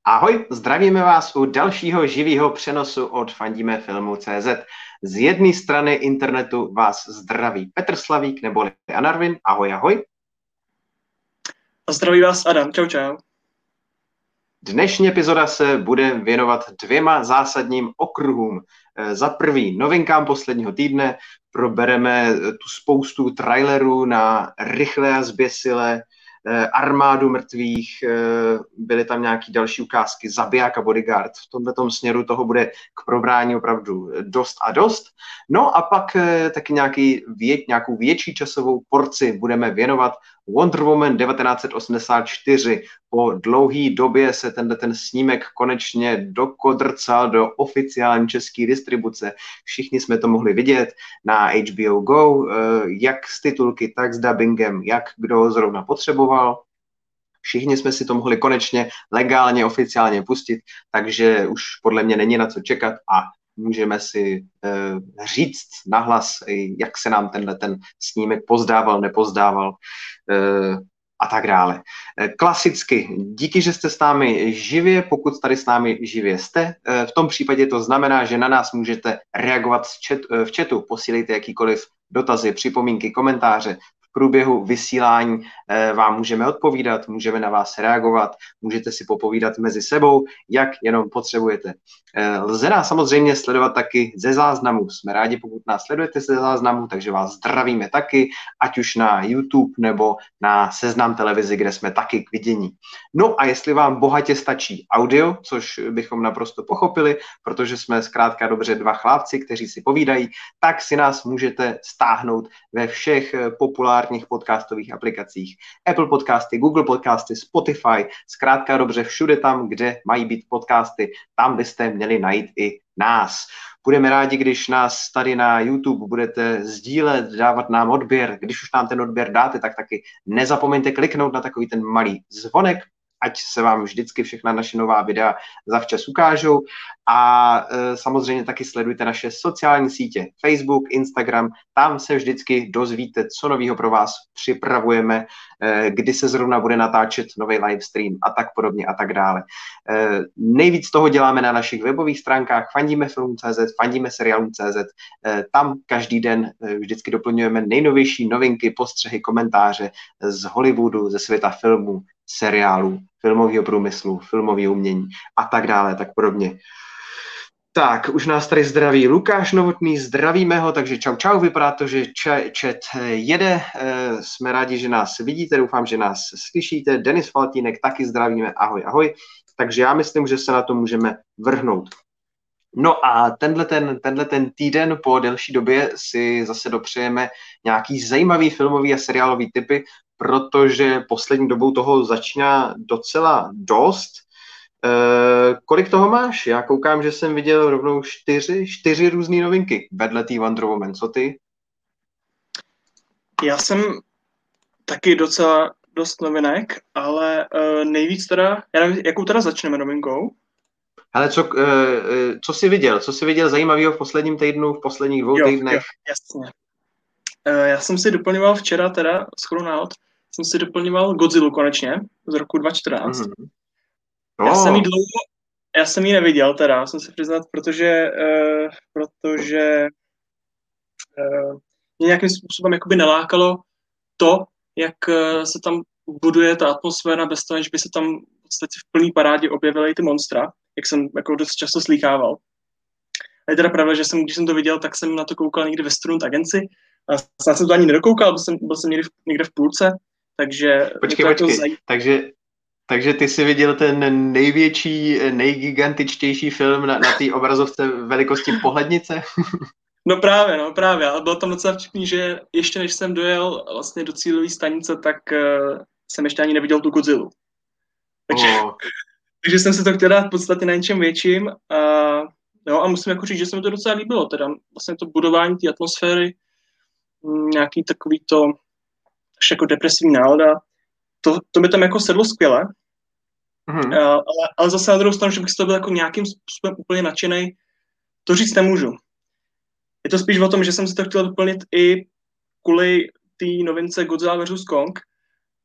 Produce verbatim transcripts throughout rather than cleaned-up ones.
Ahoj, zdravíme vás u dalšího živého přenosu od Fandíme filmu tečka cé zet. Z jedné strany internetu vás zdraví Petr Slavík neboli Anarvin. Ahoj, ahoj. A zdraví vás Adam. Čau, čau. Dnešní epizoda se bude věnovat dvěma zásadním okruhům. Za prvý novinkám posledního týdne, probereme tu spoustu trailerů na rychlé a zběsilé armádu mrtvých, byly tam nějaký další ukázky, Zabiják a Bodyguard. V tomto směru toho bude k probrání opravdu dost a dost. No a pak taky nějaký vě, nějakou větší časovou porci budeme věnovat Wonder Woman devatenáct set osmdesát čtyři. Po dlouhé době se tenhle ten snímek konečně dokodrcal do oficiální české distribuce. Všichni jsme to mohli vidět na H B O Go, jak z titulky, tak s dubbingem, jak kdo zrovna potřeboval. Všichni jsme si to mohli konečně legálně, oficiálně pustit, takže už podle mě není na co čekat a můžeme si uh, říct nahlas, jak se nám tenhle ten snímek pozdával, nepozdával uh, a tak dále. Klasicky, díky, že jste s námi živě, pokud tady s námi živě jste. V tom případě to znamená, že na nás můžete reagovat v chatu, posílejte jakýkoliv dotazy, připomínky, komentáře. V průběhu vysílání vám můžeme odpovídat, můžeme na vás reagovat, můžete si popovídat mezi sebou, jak jenom potřebujete. Lze nás samozřejmě sledovat taky ze záznamu. Jsme rádi, pokud nás sledujete ze záznamu, takže vás zdravíme taky, ať už na YouTube nebo na Seznam televizi, kde jsme taky k vidění. No a jestli vám bohatě stačí audio, což bychom naprosto pochopili, protože jsme zkrátka dobře dva chlapci, kteří si povídají, tak si nás můžete stáhnout ve všech populárních podcastových aplikacích. Apple podcasty, Google podcasty, Spotify, zkrátka dobře všude tam, kde mají být podcasty, tam byste měli najít i nás. Budeme rádi, když nás tady na YouTube budete sdílet, dávat nám odběr. Když už nám ten odběr dáte, tak taky nezapomeňte kliknout na takový ten malý zvonek, ať se vám vždycky všechna naše nová videa zavčas ukážou. A e, samozřejmě taky sledujte naše sociální sítě, Facebook, Instagram, tam se vždycky dozvíte, co novýho pro vás připravujeme, e, kdy se zrovna bude natáčet nový livestream a tak podobně a tak dále. E, nejvíc toho děláme na našich webových stránkách fandíme filmu tečka cé zet, fandíme seriálům tečka cé zet, e, tam každý den e, vždycky doplňujeme nejnovější novinky, postřehy, komentáře z Hollywoodu, ze světa filmů, seriálů, filmového průmyslu, filmového umění a tak dále, tak podobně. Tak, už nás tady zdraví Lukáš Novotný, zdravíme ho, takže čau čau, vypadá to, že chat jede, jsme rádi, že nás vidíte, doufám, že nás slyšíte, Denis Faltínek taky zdravíme, ahoj, ahoj, takže já myslím, že se na to můžeme vrhnout. No a tenhle ten, tenhle ten týden po delší době si zase dopřejeme nějaký zajímavý filmový a seriálový typy, protože poslední dobou toho začíná docela dost. E, kolik toho máš? Já koukám, že jsem viděl rovnou čtyři, čtyři různé novinky vedle té Wonder Woman. Co ty? Já jsem taky docela dost novinek, ale uh, nejvíc teda, já nevím, jakou teda začneme novinkou? Hele, co, uh, co jsi viděl? Co jsi viděl zajímavého v posledním týdnu, v posledních dvou jo, týdnech? Jo, jasně. Uh, já jsem si doplňoval včera teda, shodou náhod, jsem si doplňoval Godzillu konečně z roku dva tisíce čtrnáct. Mm-hmm. Oh. Já jsem ji dlouho, já jsem ji neviděl teda, jsem se přiznat, protože, uh, protože uh, mě nějakým způsobem jakoby nelákalo to, jak uh, se tam buduje ta atmosféra bez toho, že by se tam v podstatě v plný parádě objevily ty monstra, jak jsem jako dost často slýchával. A je teda pravda, že jsem, když jsem to viděl, tak jsem na to koukal někdy ve Student Agency a snad jsem to ani nedokoukal, byl jsem, byl jsem někdy, v, někde v půlce, takže... Počkej, počkej, jako zaj... takže... Takže ty jsi viděl ten největší, nejgigantičtější film na, na té obrazovce velikosti pohlednice? No právě, no právě, ale bylo tam docela vtipný, že ještě než jsem dojel vlastně do cílové stanice, tak uh, jsem ještě ani neviděl tu Godzillu. Takže, oh. takže jsem se to chtěl dát v podstatě na něčem větším a, no, a musím jako říct, že se mi to docela líbilo, teda vlastně to budování té atmosféry, nějaký takový to až jako depresivní nálada, To, to mi tam jako sedlo skvěle, mm-hmm. uh, ale, ale zase na druhou stranu, že bych z toho byl jako nějakým způsobem úplně nadšenej, to říct nemůžu. Je to spíš o tom, že jsem si to chtěl doplnit i kvůli té novince Godzilla versus. Kong,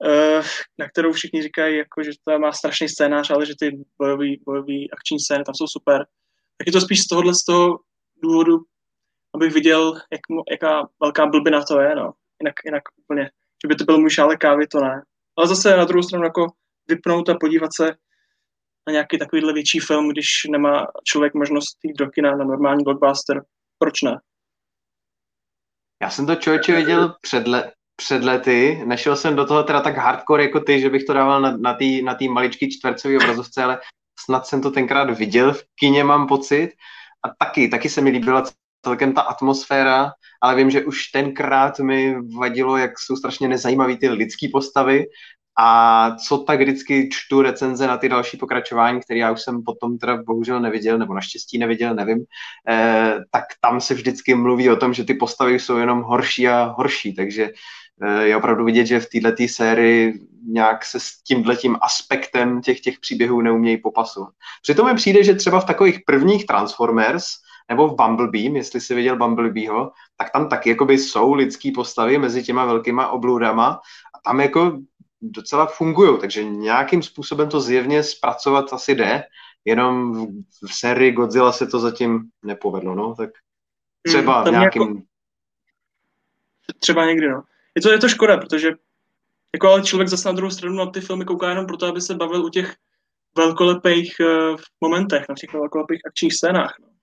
na kterou všichni říkají, jako, že to má strašný scénář, ale že ty bojový, bojový akční scény tam jsou super. Tak je to spíš z tohohle z toho důvodu, abych viděl, jak, jaká velká blbina to je, no. Jinak, jinak úplně, že by to byl můj šálek kávy, to ne. Ale zase na druhou stranu jako vypnout a podívat se na nějaký takovýhle větší film, když nemá člověk možnost jít do kina na normální blockbuster. Proč ne? Já jsem to člověče viděl před, le, před lety, nešel jsem do toho teda tak hardcore jako ty, že bych to dával na, na té na tý maličký čtvercový obrazovce, ale snad jsem to tenkrát viděl v kině, mám pocit. A taky, taky se mi líbila celkem ta atmosféra, ale vím, že už tenkrát mi vadilo, jak jsou strašně nezajímavý ty lidský postavy. A co tak vždycky čtu recenze na ty další pokračování, které já už jsem potom teda bohužel neviděl, nebo naštěstí neviděl, nevím, eh, tak tam se vždycky mluví o tom, že ty postavy jsou jenom horší a horší, takže eh, je opravdu vidět, že v této sérii nějak se s tímhletím aspektem těch, těch příběhů neumějí popasovat. Přitom mi přijde, že třeba v takových prvních Transformers, nebo v Bumblebee, jestli jsi viděl Bumblebeeho, tak tam taky jakoby jsou lidský postavy mezi těma velkýma obludama a tam jako docela fungují, takže nějakým způsobem to zjevně zpracovat asi jde, jenom v, v sérii Godzilla se to zatím nepovedlo, no, tak třeba hmm, nějakým... Jako... Třeba někdy, no. Je to, je to škoda, protože jako ale člověk zase na druhou stranu na ty filmy kouká jenom proto, aby se bavil u těch velkolepých uh, momentech, na těch velkolepých akčních scénách, no.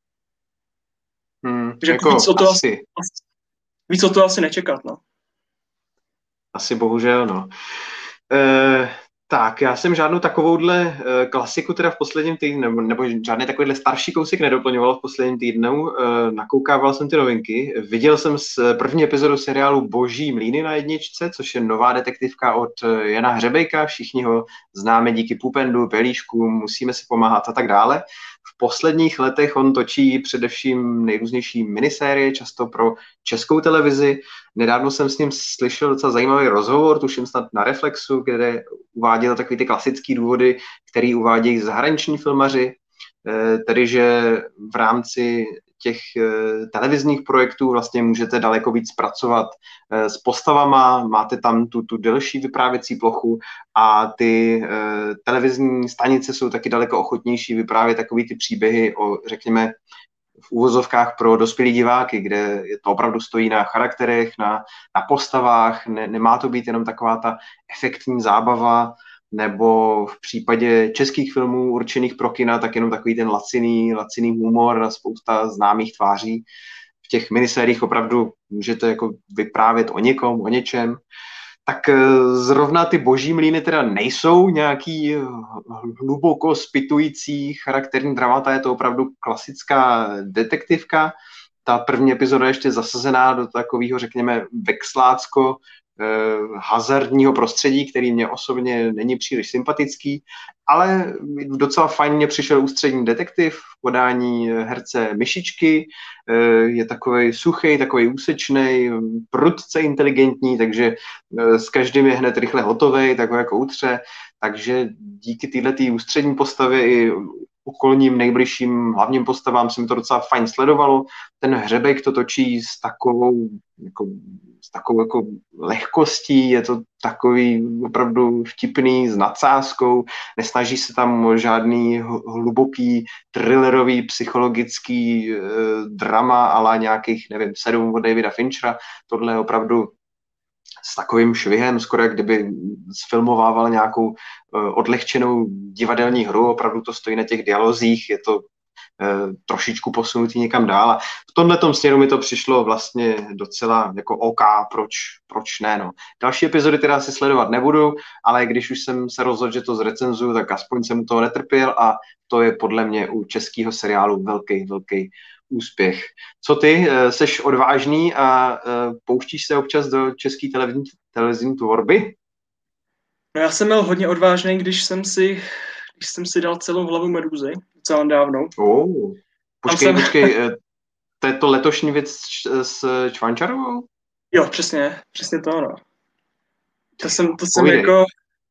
Hmm, že jako víc o to asi. asi. Víc o to asi nečekat, no. Asi bohužel, no. E, tak, já jsem žádnou takovouhle e, klasiku teda v posledním týdnu, nebo, nebo žádný takovýhle starší kousek nedoplňoval v posledním týdnu. E, nakoukával jsem ty novinky. Viděl jsem z první epizodu seriálu Boží mlýny na jedničce, což je nová detektivka od Jana Hřebejka. Všichni ho známe díky Pupendu, Pelíšku, Musíme si pomáhat a tak dále. V posledních letech on točí především nejrůznější minisérie, často pro českou televizi. Nedávno jsem s ním slyšel docela zajímavý rozhovor, tuším snad na Reflexu, kde uváděl takový ty klasické důvody, který uvádějí zahraniční filmaři, tedy že v rámci těch televizních projektů vlastně můžete daleko víc pracovat s postavama, máte tam tu, tu delší vyprávěcí plochu a ty televizní stanice jsou taky daleko ochotnější vyprávět takový ty příběhy o, řekněme, v úvozovkách pro dospělý diváky, kde to opravdu stojí na charakterech, na, na postavách, ne, nemá to být jenom taková ta efektní zábava, nebo v případě českých filmů určených pro kina, tak jenom takový ten laciný, laciný humor a spousta známých tváří. V těch minisériích opravdu můžete jako vyprávět o někom, o něčem. Tak zrovna ty Boží mlýny teda nejsou nějaký hluboko zpytující charakterní dramata, je to opravdu klasická detektivka. Ta první epizoda je ještě zasazená do takového, řekněme, vexlácko hazardního prostředí, který mě osobně není příliš sympatický, ale docela fajn mě přišel ústřední detektiv v podání herce Myšičky, je takovej suchý, takovej úsečnej, prudce inteligentní, takže s každým je hned rychle hotovej, takový jako utře, takže díky této ústřední postavě i okolním nejbližším hlavním postavám se mi to docela fajn sledovalo. Ten Hřebejk to točí s takovou, jako, s takovou jako lehkostí, je to takový opravdu vtipný, s nadsázkou, nesnaží se tam o žádný hluboký, thrillerový, psychologický eh, drama ala nějakých, nevím, sedm od Davida Finchera. Tohle je opravdu s takovým švihem, skoro jak kdyby sfilmovával nějakou uh, odlehčenou divadelní hru, opravdu to stojí na těch dialozích, je to uh, trošičku posunutý někam dál a v tomhletom směru mi to přišlo vlastně docela jako OK, proč, proč ne, no. Další epizody teda si sledovat nebudu, ale když už jsem se rozhodl, že to zrecenzuju, tak aspoň jsem u toho netrpěl a to je podle mě u českého seriálu velký, velký úspěch. Co ty? Seš odvážný a pouštíš se občas do české televizní, televizní tvorby? No já jsem byl hodně odvážný, když jsem si, když jsem si dal celou hlavu Medúzy, docela dávno. Oh, počkej, jsem... počkej, to je to letošní věc s Čvančarovou? Jo, přesně, přesně to, no. To jsem, to jsem jako,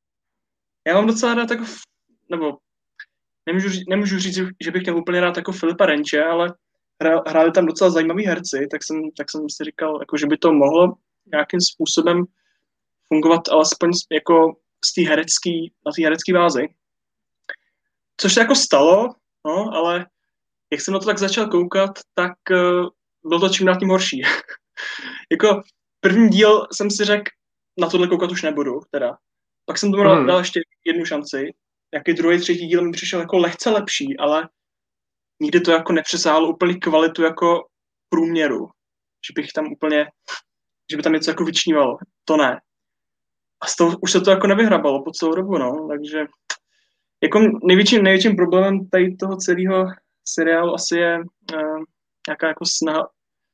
já mám docela rád jako, nebo nemůžu, nemůžu říct, že bych měl úplně rád jako Filipa Renče, ale hráli tam docela zajímaví herci, tak jsem, tak jsem si říkal, jako, že by to mohlo nějakým způsobem fungovat alespoň jako z té herecký, na té herecké bázi. Což se jako stalo, no, ale jak jsem na to tak začal koukat, tak uh, bylo to čím dál tím horší. Jako první díl jsem si řekl, na tohle koukat už nebudu, teda. Pak jsem tomu mm. dal ještě jednu šanci. Jaký druhý, třetí díl mi přišel jako lehce lepší, ale nikdy to jako nepřesáhlo úplně kvalitu jako průměru. Že bych tam úplně, že by tam něco jako vyčnívalo. To ne. A z toho už se to jako nevyhrabalo po celou dobu, no. Takže jako největším, největším problémem tady toho celého seriálu asi je uh, nějaká jako snaha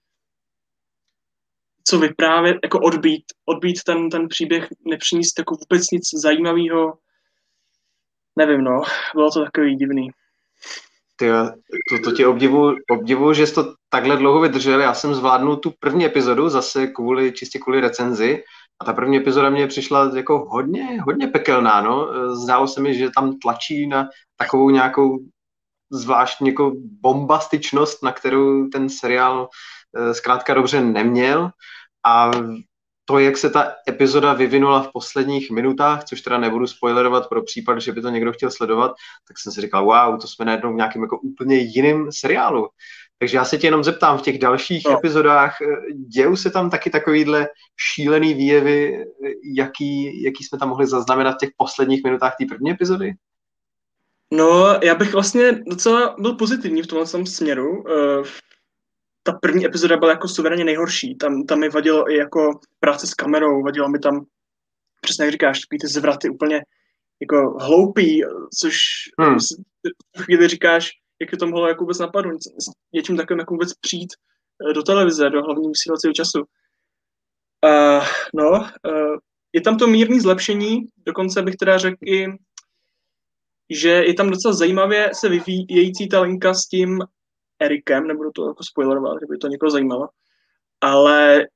co vyprávět, jako odbít, odbít ten, ten příběh, nepřinést jako vůbec nic zajímavého. Nevím, no, bylo to takový divný. Ty, to, to tě obdivuju, obdivuju, že jsi to takhle dlouho vydržel. Já jsem zvládnul tu první epizodu zase kvůli, čistě kvůli recenzi a ta první epizoda mě přišla jako hodně, hodně pekelná, no. Zdálo se mi, že tam tlačí na takovou nějakou zvláštní jako bombastičnost, na kterou ten seriál zkrátka dobře neměl a to, jak se ta epizoda vyvinula v posledních minutách, což teda nebudu spoilerovat pro případ, že by to někdo chtěl sledovat, tak jsem si říkal, wow, to jsme najednou v nějakém jako úplně jiném seriálu. Takže já se tě jenom zeptám, v těch dalších no. epizodách dějou se tam taky takovýhle šílený výjevy, jaký, jaký jsme tam mohli zaznamenat v těch posledních minutách té první epizody? No, já bych vlastně docela byl pozitivní v tomhle směru. Uh, ta první epizoda byla jako suverénně nejhorší. Tam, tam mi vadilo i jako práce s kamerou, vadilo mi tam, přesně jak říkáš, takový ty zvraty úplně jako hloupý, což hmm. v chvíli říkáš, jak je to mohlo jako vůbec napadnout, něčím takovým jako vůbec přijít do televize, do hlavního vysílacího času. Uh, no, uh, je tam to mírné zlepšení, dokonce bych teda řekl i, že je tam docela zajímavě se vyvíjející ta linka s tím Erikem, nebudu to jako spoilerovat, kdyby to někoho zajímalo, ale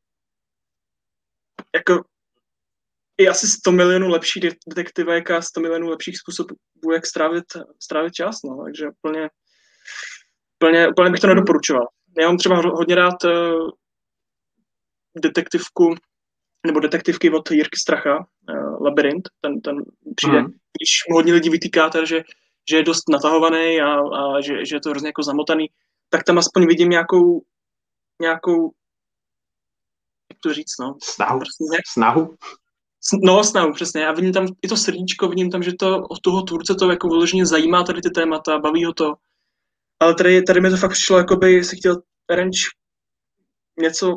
jako je asi sto milionů lepší detektivek a sto milionů lepších způsobů, jak strávit, strávit čas, no, takže úplně, úplně, úplně bych to nedoporučoval. Já mám třeba hodně rád uh, detektivku, nebo detektivky od Jirky Stracha, uh, Labyrint, ten, ten přijde, mm. když mu hodně lidí vytýká, že, že je dost natahovaný a, a že, že je to hrozně jako zamotaný, tak tam aspoň vidím nějakou, nějakou, jak to říct, no. Snahu. Prostě Snahu. No, snahu, přesně. Já vidím tam i to srdíčko, vidím tam, že to od toho tvůrce to jako vyloženě zajímá tady ty témata, baví ho to. Ale tady, tady mi to fakt přišlo, jako by si chtěl Range něco,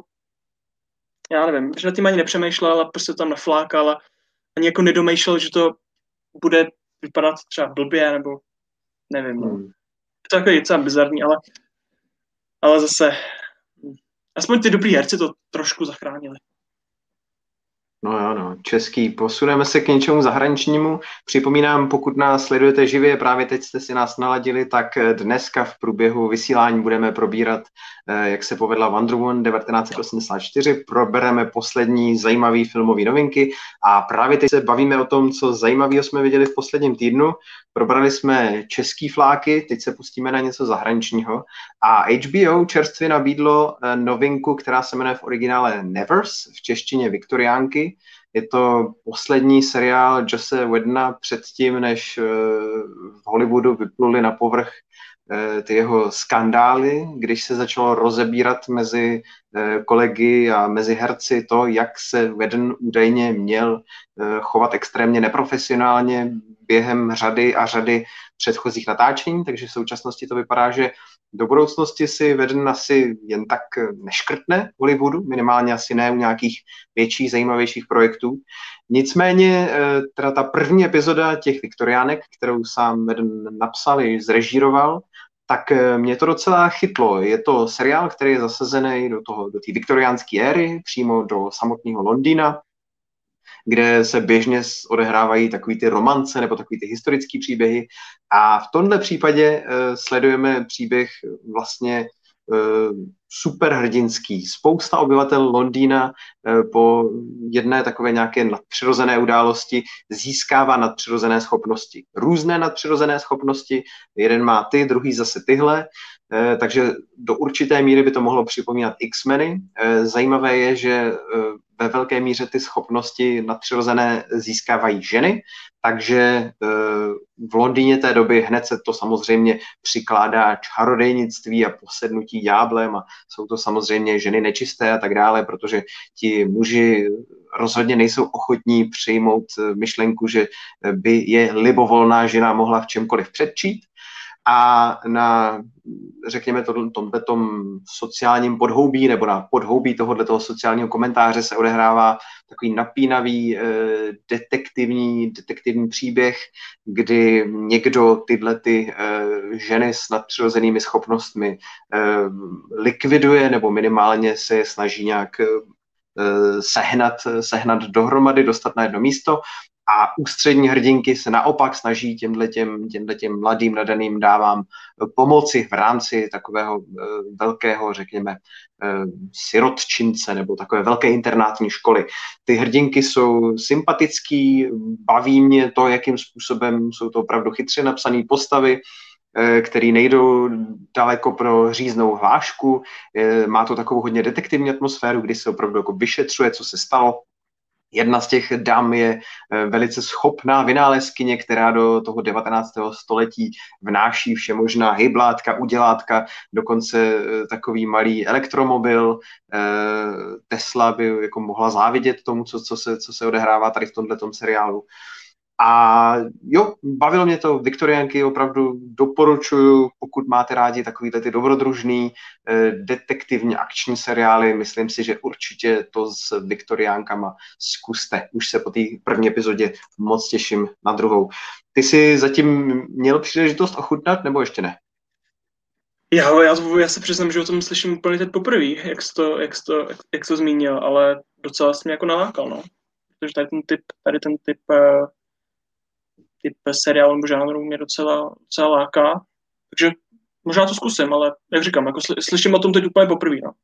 já nevím, že na tím ani nepřemýšlel, ale prostě tam naflákal a ani jako nedomýšlel, že to bude vypadat třeba blbě, nebo nevím, no. Hmm. To je jako docela bizarní, ale, ale zase aspoň ty dobrý herci to trošku zachránili. No jo, no, český. Posuneme se k něčemu zahraničnímu. Připomínám, pokud nás sledujete živě, právě teď jste si nás naladili, tak dneska v průběhu vysílání budeme probírat, jak se povedla Wonder Woman devatenáct osmdesát čtyři, probereme poslední zajímavé filmové novinky a právě teď se bavíme o tom, co zajímavého jsme viděli v posledním týdnu. Probrali jsme český fláky, teď se pustíme na něco zahraničního a H B O čerstvě nabídlo novinku, která se jmenuje v originále Nevers, v češtině Viktoriánky. Je to poslední seriál Josse Whedona předtím, než v Hollywoodu vypluly na povrch ty jeho skandály, když se začalo rozebírat mezi kolegy a mezi herci to, jak se Whedon údajně měl chovat extrémně neprofesionálně během řady a řady předchozích natáčení, takže v současnosti to vypadá, že do budoucnosti si Whedon asi jen tak neškrtne v Hollywoodu, minimálně asi ne u nějakých větších, zajímavějších projektů. Nicméně teda ta první epizoda těch Viktoriánek, kterou sám Whedon napsal i zrežíroval, tak mě to docela chytlo. Je to seriál, který je zasazený do toho, do té viktoriánské éry, přímo do samotného Londýna, kde se běžně odehrávají takový ty romance nebo takový ty historické příběhy. A v tomhle případě uh, sledujeme příběh vlastně uh, superhrdinský. Spousta obyvatel Londýna uh, po jedné takové nějaké nadpřirozené události získává nadpřirozené schopnosti. Různé nadpřirozené schopnosti. Jeden má ty, druhý zase tyhle. Uh, takže do určité míry by to mohlo připomínat X-meny. Uh, zajímavé je, že uh, ve velké míře ty schopnosti nadpřirozené získávají ženy, takže v Londýně té doby hned se to samozřejmě přikládá čarodejnictví a posednutí ďáblem a jsou to samozřejmě ženy nečisté a tak dále, protože ti muži rozhodně nejsou ochotní přijmout myšlenku, že by je libovolná žena mohla v čemkoliv předčít. A na, řekněme, to, tomhletom sociálním podhoubí nebo na podhoubí tohoto sociálního komentáře se odehrává takový napínavý eh, detektivní, detektivní příběh, kdy někdo tyhle ty eh, ženy s nadpřirozenými schopnostmi eh, likviduje nebo minimálně se je snaží nějak eh, sehnat, sehnat dohromady, dostat na jedno místo. A ústřední hrdinky se naopak snaží těmhletěm, těmhletěm mladým nadaným dávám pomoci v rámci takového uh, velkého, řekněme, uh, sirotčince nebo takové velké internátní školy. Ty hrdinky jsou sympatický, baví mě to, jakým způsobem jsou to opravdu chytře napsané postavy, uh, který nejdou daleko pro říznou hlášku. Uh, má to takovou hodně detektivní atmosféru, kdy se opravdu jako vyšetřuje, co se stalo. Jedna z těch dam je velice schopná vynálezkyně, která do toho devatenáctého století vnáší všemožná hejblátka, udělátka, dokonce takový malý elektromobil. Tesla by jako mohla závidět tomu, co, co, se, co se odehrává tady v tomhletom seriálu. A jo, bavilo mě to, Viktoriánky opravdu doporučuju, pokud máte rádi takovýhle ty dobrodružný eh, detektivně akční seriály, myslím si, že určitě to s Viktoriánkama zkuste. Už se po té první epizodě moc těším na druhou. Ty jsi zatím měl příležitost ochutnat, nebo ještě ne? Já, já, já se přiznám, že o tom slyším úplně teď poprvé, jak jsi to, jak jsi to, jak, jak jsi to zmínil, ale docela jsi mě jako nalákal, no. Protože tady ten typ, tady ten typ uh... typ seriálu nebo žánru mě docela, docela láká. Takže možná to zkusím, ale jak říkám, jako sly, slyším o tom teď úplně poprvé. No.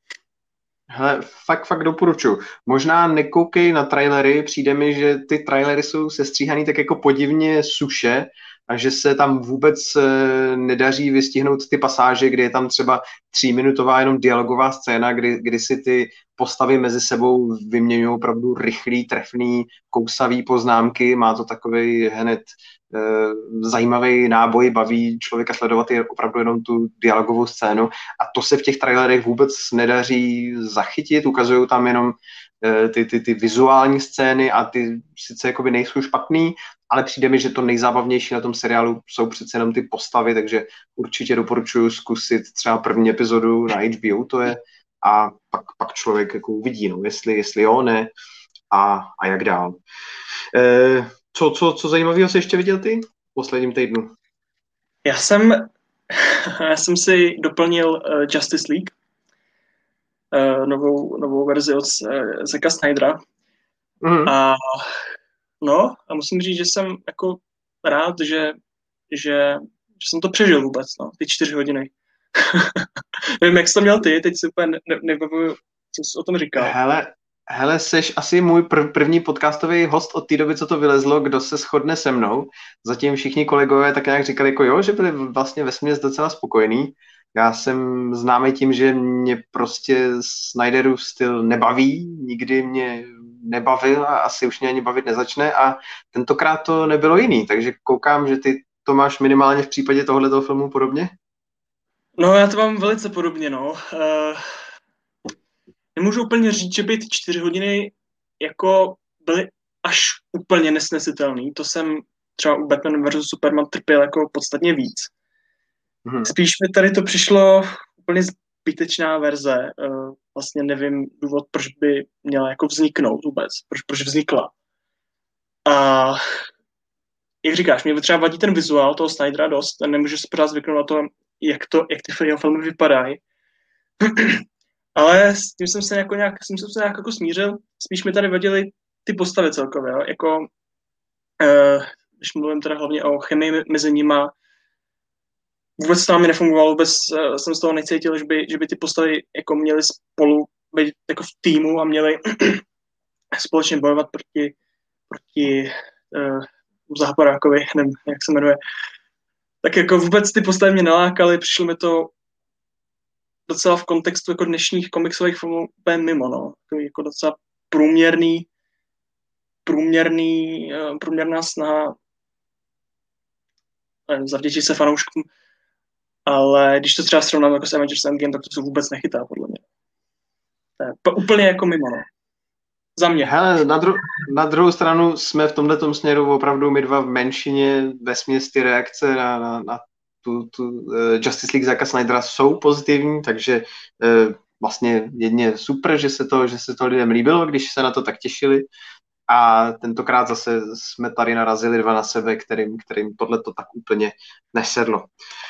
Hele, fakt, fakt doporučuji. Možná nekoukej na trailery, přijde mi, že ty trailery jsou sestříhaný tak jako podivně suše a že se tam vůbec e, nedaří vystihnout ty pasáže, kdy je tam třeba tříminutová jenom dialogová scéna, kdy, kdy si ty postavy mezi sebou vyměňují opravdu rychlý, trefný, kousavý poznámky. Má to takovej hned e, zajímavý náboj, baví člověka sledovat je opravdu jenom tu dialogovou scénu. A to se v těch trailerech vůbec nedaří zachytit. Ukazují tam jenom e, ty, ty, ty vizuální scény a ty sice jakoby nejsou špatný, ale přijde mi, že to nejzábavnější na tom seriálu jsou přece jenom ty postavy, takže určitě doporučuji zkusit třeba první epizodu na H B O to je a pak, pak člověk jako uvidí, no, jestli, jestli jo, ne a, a jak dál. E, co, co, co zajímavého jsi ještě viděl ty v posledním týdnu? Já jsem, já jsem si doplnil uh, Justice League, uh, novou, novou verzi od uh, Zacka Snydera. Mm. A no, a musím říct, že jsem jako rád, že, že, že jsem to přežil vůbec, no, ty čtyři hodiny. Nevím, jak jsi to měl ty, teď si úplně ne, nebavuju, co jsi o tom říkal. Hele, hele, seš asi můj prv, první podcastový host od té doby, co to vylezlo, kdo se shodne se mnou. Zatím všichni kolegové tak nějak říkali, jako jo, že byli vlastně vesměs docela spokojení. Já jsem známý tím, že mě prostě Snyderův styl nebaví, nikdy mě nebavil a asi už mě ani bavit nezačne a tentokrát to nebylo jiný, takže koukám, že ty to máš minimálně v případě tohoto filmu podobně? No já to mám velice podobně, no. Uh, nemůžu úplně říct, že by ty čtyři hodiny jako byly až úplně nesnesitelný, to jsem třeba u Batman versus Superman trpěl jako podstatně víc. Hmm. Spíš mi tady to přišlo úplně zbytečná verze. Uh, vlastně nevím důvod, proč by měla jako vzniknout vůbec, proč, proč vznikla. A jak říkáš, mě třeba vadí ten vizuál toho Snydera dost, nemůžu si pořád zvyknout na to, jak, to, jak ty jeho filmy vypadají. Ale s tím jsem se jako nějak, s tím jsem se nějak jako smířil. Spíš mi tady vadily ty postavy celkově. Jo? Jako, uh, když mluvím teda hlavně o chemii mezi nima, vůbec to mi nefungovalo, vůbec uh, jsem z toho necítil, že by, že by ty postavy jako měly spolu být jako v týmu a měly společně bojovat proti, proti uh, Záporákovi, nevím, jak se jmenuje. Tak jako vůbec ty postavy mě nalákaly, přišlo mi to docela v kontextu jako dnešních komiksových filmů úplně mimo, no. Jako docela průměrný, průměrný, průměrná snaha zavděčit se fanouškům, ale když to třeba srovnám jako s Avengers Endgame, tak to se vůbec nechytá, podle mě. To je úplně jako mimo, no. Za mě. Hele, na, dru- na druhou stranu jsme v tomhletom směru opravdu my dva v menšině, vesměs ty reakce na, na, na tu, tu uh, Justice League Zacka Snydera jsou pozitivní, takže uh, vlastně jedně super, že se, to, že se to lidem líbilo, když se na to tak těšili. A tentokrát zase jsme tady narazili dva na sebe, kterým, kterým tohle to tak úplně nesedlo.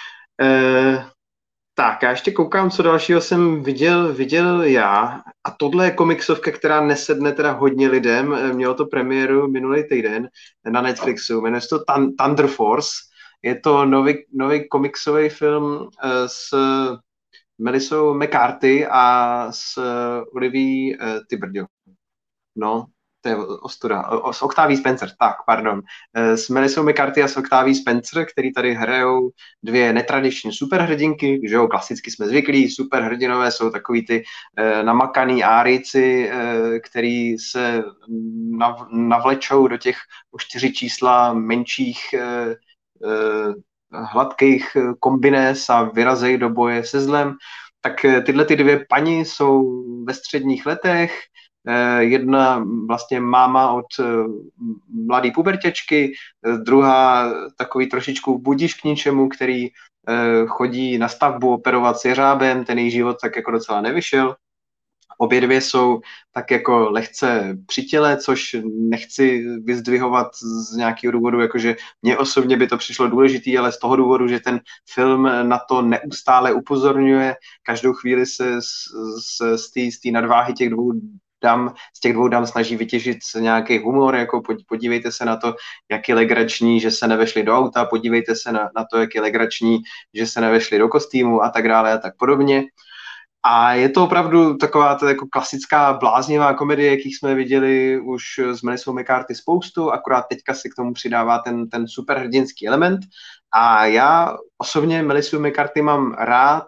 Uh, Tak, já ještě koukám, co dalšího jsem viděl, viděl já. A tohle je komiksovka, která nesedne teda hodně lidem. Mělo to premiéru minulý týden na Netflixu. Jmenuje se to Thunder Force. Je to nový, nový komiksový film uh, s Melissou McCarthy a s Olivia uh, Tiberdio. No, to je ostuda. O, s Octavia Spencer, tak, pardon. S Melissou McCarthy a s Octavia Spencer, který tady hrajou dvě netradiční superhrdinky, že jo, klasicky jsme zvyklí, superhrdinové jsou takový ty eh, namakaný árici, eh, který se nav, navlečou do těch o čtyři čísla menších eh, eh, hladkých kombinés a vyrazejí do boje se zlem. Tak eh, tyhle ty dvě paní jsou ve středních letech. Jedna vlastně máma od mladé pubertěčky, druhá takový trošičku budiš k ničemu, který chodí na stavbu operovat s jeřábem, ten její život tak jako docela nevyšel. Obě dvě jsou tak jako lehce při těle, což nechci vyzdvihovat z nějakého důvodu, jakože mně osobně by to přišlo důležitý, ale z toho důvodu, že ten film na to neustále upozorňuje, každou chvíli se z, z, z té nadváhy těch dvou dam, z těch dvou dam snaží vytěžit nějaký humor, jako podívejte se na to, jak je legrační, že se nevešli do auta, podívejte se na, na to, jak je legrační, že se nevešli do kostýmu a tak dále a tak podobně. A je to opravdu taková to jako klasická bláznivá komedie, jakých jsme viděli už s Melissou McCarthy spoustu, akorát teďka si k tomu přidává ten, ten superhrdinský element. A já osobně Melissu McCarthy mám rád,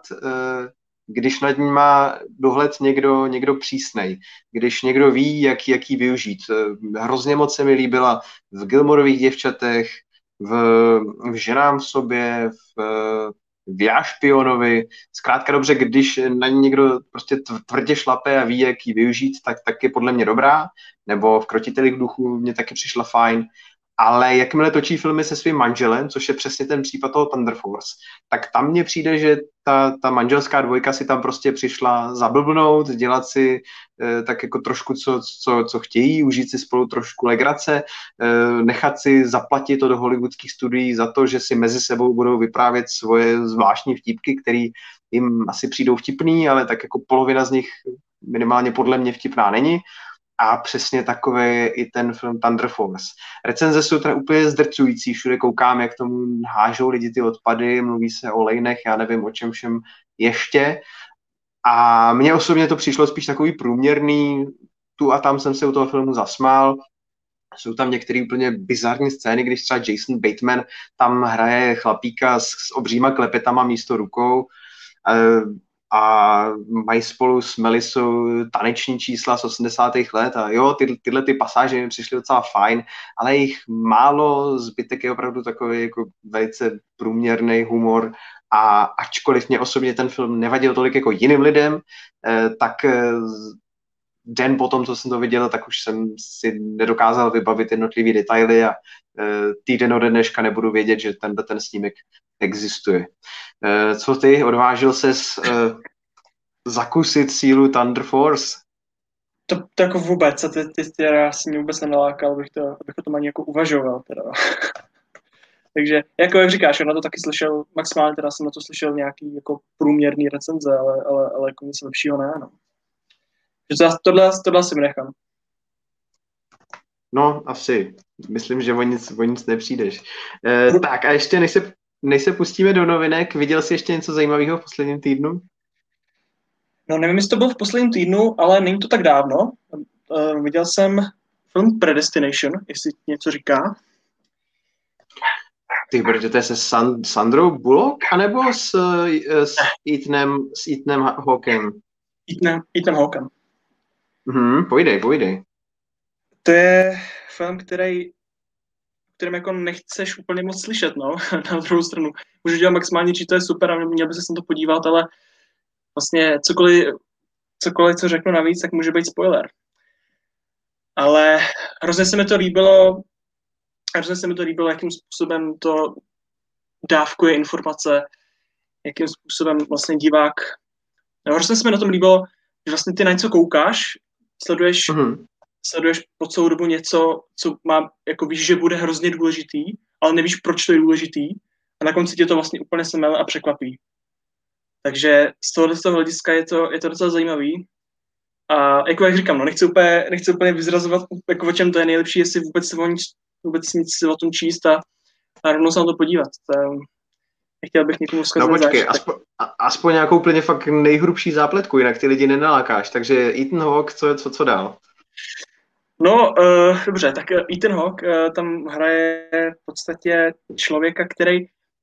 když nad ní má dohled někdo, někdo přísnej, když někdo ví, jak, jak ji využít. Hrozně moc se mi líbila v Gilmorových děvčatech, v, v Ženám v sobě, v, v Já špionovi. Zkrátka dobře, když na ní někdo prostě tvrdě šlape a ví, jak ji využít, tak, tak je podle mě dobrá. Nebo v Krotitelích duchů mě taky přišla fajn. Ale jakmile točí filmy se svým manželem, což je přesně ten případ toho Thunder Force, tak tam mně přijde, že ta, ta manželská dvojka si tam prostě přišla zablbnout, dělat si eh, tak jako trošku, co, co, co chtějí, užít si spolu trošku legrace, eh, nechat si zaplatit od hollywoodských studií za to, že si mezi sebou budou vyprávět svoje zvláštní vtipky, které jim asi přijdou vtipný, ale tak jako polovina z nich minimálně podle mě vtipná není. A přesně takové je i ten film Thunder Force. Recenze jsou teda úplně zdrcující, všude koukám, jak tomu hážou lidi ty odpady, mluví se o lejnech, já nevím o čem všem ještě. A mně osobně to přišlo spíš takový průměrný, tu a tam jsem se u toho filmu zasmál. Jsou tam některé úplně bizarní scény, když třeba Jason Bateman tam hraje chlapíka s, s obříma klepetama místo rukou. A mají spolu s Melissou taneční čísla z osmdesátých let a jo, ty, tyhle ty pasáže mi přišly docela fajn, ale jich málo, zbytek je opravdu takový jako velice průměrný humor a ačkoliv mě osobně ten film nevadil tolik jako jiným lidem, eh, tak eh, den potom, co jsem to viděl, tak už jsem si nedokázal vybavit jednotlivý detaily a eh, týden ode dneška nebudu vědět, že tenhle ten snímek existuje. Uh, co ty? Odvážil ses uh, zakusit sílu Thunder Force? To, to jako vůbec, ty, ty, ty já si mě vůbec nenalákal, abych to, abych to ani jako uvažoval. Teda. Takže, jako jak říkáš, já na to taky slyšel, maximálně teda jsem na to slyšel nějaký jako průměrný recenze, ale, ale, ale jako nic lepšího ne, no. Že to, tohle, tohle si vynechám. No, asi. Myslím, že o nic, o nic nepřijdeš. Uh, tak a ještě než se Než se pustíme do novinek, viděl jsi ještě něco zajímavého v posledním týdnu? No nevím, jestli to bylo v posledním týdnu, ale není to tak dávno. Uh, viděl jsem film Predestination, jestli něco říká. Ty, protože to je se Sand- Sandrou Bullock, anebo s, s Ethanem, s Ethanem Hawkem? Ethanem, Ethanem Hawkem. Mhm, pojdej, pojdej. To je film, který kterým jako nechceš úplně moc slyšet, no, na druhou stranu. Můžu dělat maximálně, či to je super a měl by se na to podívat, ale vlastně cokoliv, cokoliv, co řeknu navíc, tak může být spoiler. Ale hrozně se mi to líbilo, hrozně se mi to líbilo, jakým způsobem to dávkuje informace, jakým způsobem vlastně divák. No, hrozně se mi na tom líbilo, že vlastně ty na něco koukáš, sleduješ, mm-hmm. sleduješ po celou dobu něco, co má, jako víš, že bude hrozně důležitý, ale nevíš, proč to je důležitý a na konci tě to vlastně úplně semele a překvapí. Takže z tohoto hlediska je to, je to docela zajímavý. A jako jak říkám, no, nechci úplně, nechci úplně vyzrazovat, jako o čem to je nejlepší, jestli vůbec, se o nic, vůbec nic o tom číst a, a rovnou se na to podívat. To, nechtěl bych někomu vzkazat. No počkej, aspoň, aspoň nějakou úplně fakt nejhrubší zápletku, jinak ty lidi nenalákáš. Takže Ethan Hawke, co, co, co dál? No, uh, dobře, tak Ethan Hawke uh, tam hraje v podstatě člověka, který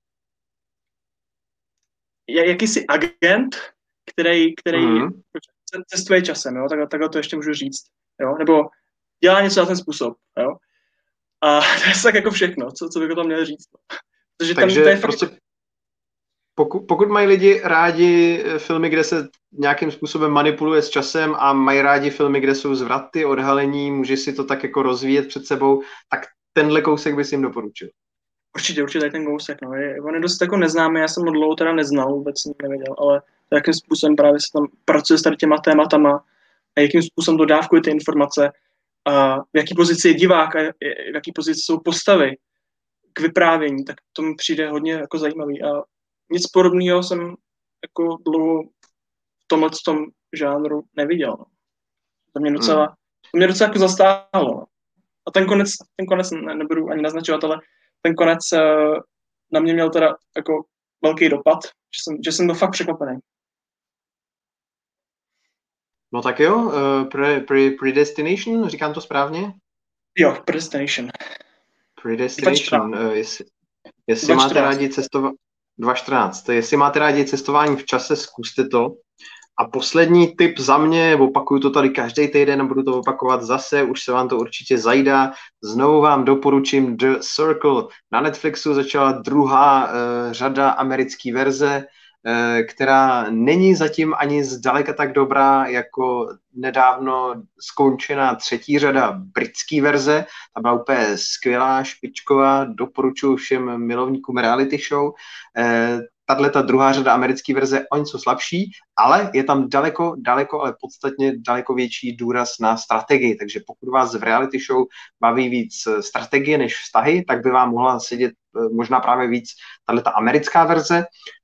je jakýsi agent, který, který mm. cestuje časem, jo? Tak, takhle to ještě můžu říct. Jo? Nebo dělá něco na ten způsob. Jo? A to je tak jako všechno, co, co bych o tom měl říct. Protože Takže tam to je fakt... prostě pokud, pokud mají lidi rádi filmy, kde se nějakým způsobem manipuluje s časem a mají rádi filmy, kde jsou zvraty, odhalení, může si to tak jako rozvíjet před sebou, tak tenhle kousek bys jim doporučil. Určitě, určitě ten kousek. No. Je, on je dost jako neznámý, já jsem ho dlouho teda neznal, vůbec jsem nevěděl, ale jakým způsobem právě se tam pracuje s tady těma tématama a jakým způsobem dodávkuje ty informace a v jaký pozici je divák a v jaký pozici jsou postavy k vyprávění, tak to mi přijde hodně jako zajímavý a nic podobného jsem jako dlouho v tomhle tom žánru neviděl. No. To mě docela, hmm. to mě docela jako zastáhlo. No. A ten konec, ten konec ne, nebudu ani naznačovat, ale ten konec uh, na mě měl teda jako velký dopad, že jsem, že jsem byl fakt překvapený. No tak jo, uh, pre, pre, Predestination, říkám to správně? Jo, Predestination. Predestination, uh, jestli, jestli máte rádi cestovat... dva čtrnáct. Jestli máte rádi cestování v čase, zkuste to. A poslední tip za mě, opakuju to tady každý týden a budu to opakovat zase, už se vám to určitě zajídá. Znovu vám doporučím The Circle. Na Netflixu začala druhá uh, řada americké verze, uh, která není zatím ani zdaleka tak dobrá, jako nedávno skončená třetí řada britské verze. Ta byla úplně skvělá, špičková, doporučuji všem milovníkům reality show. Uh, Tahle ta druhá řada americké verze o něco slabší, ale je tam daleko, daleko, ale podstatně daleko větší důraz na strategii, takže pokud vás v reality show baví víc strategie než vztahy, tak by vám mohla sedět možná právě víc tahle ta americká verze,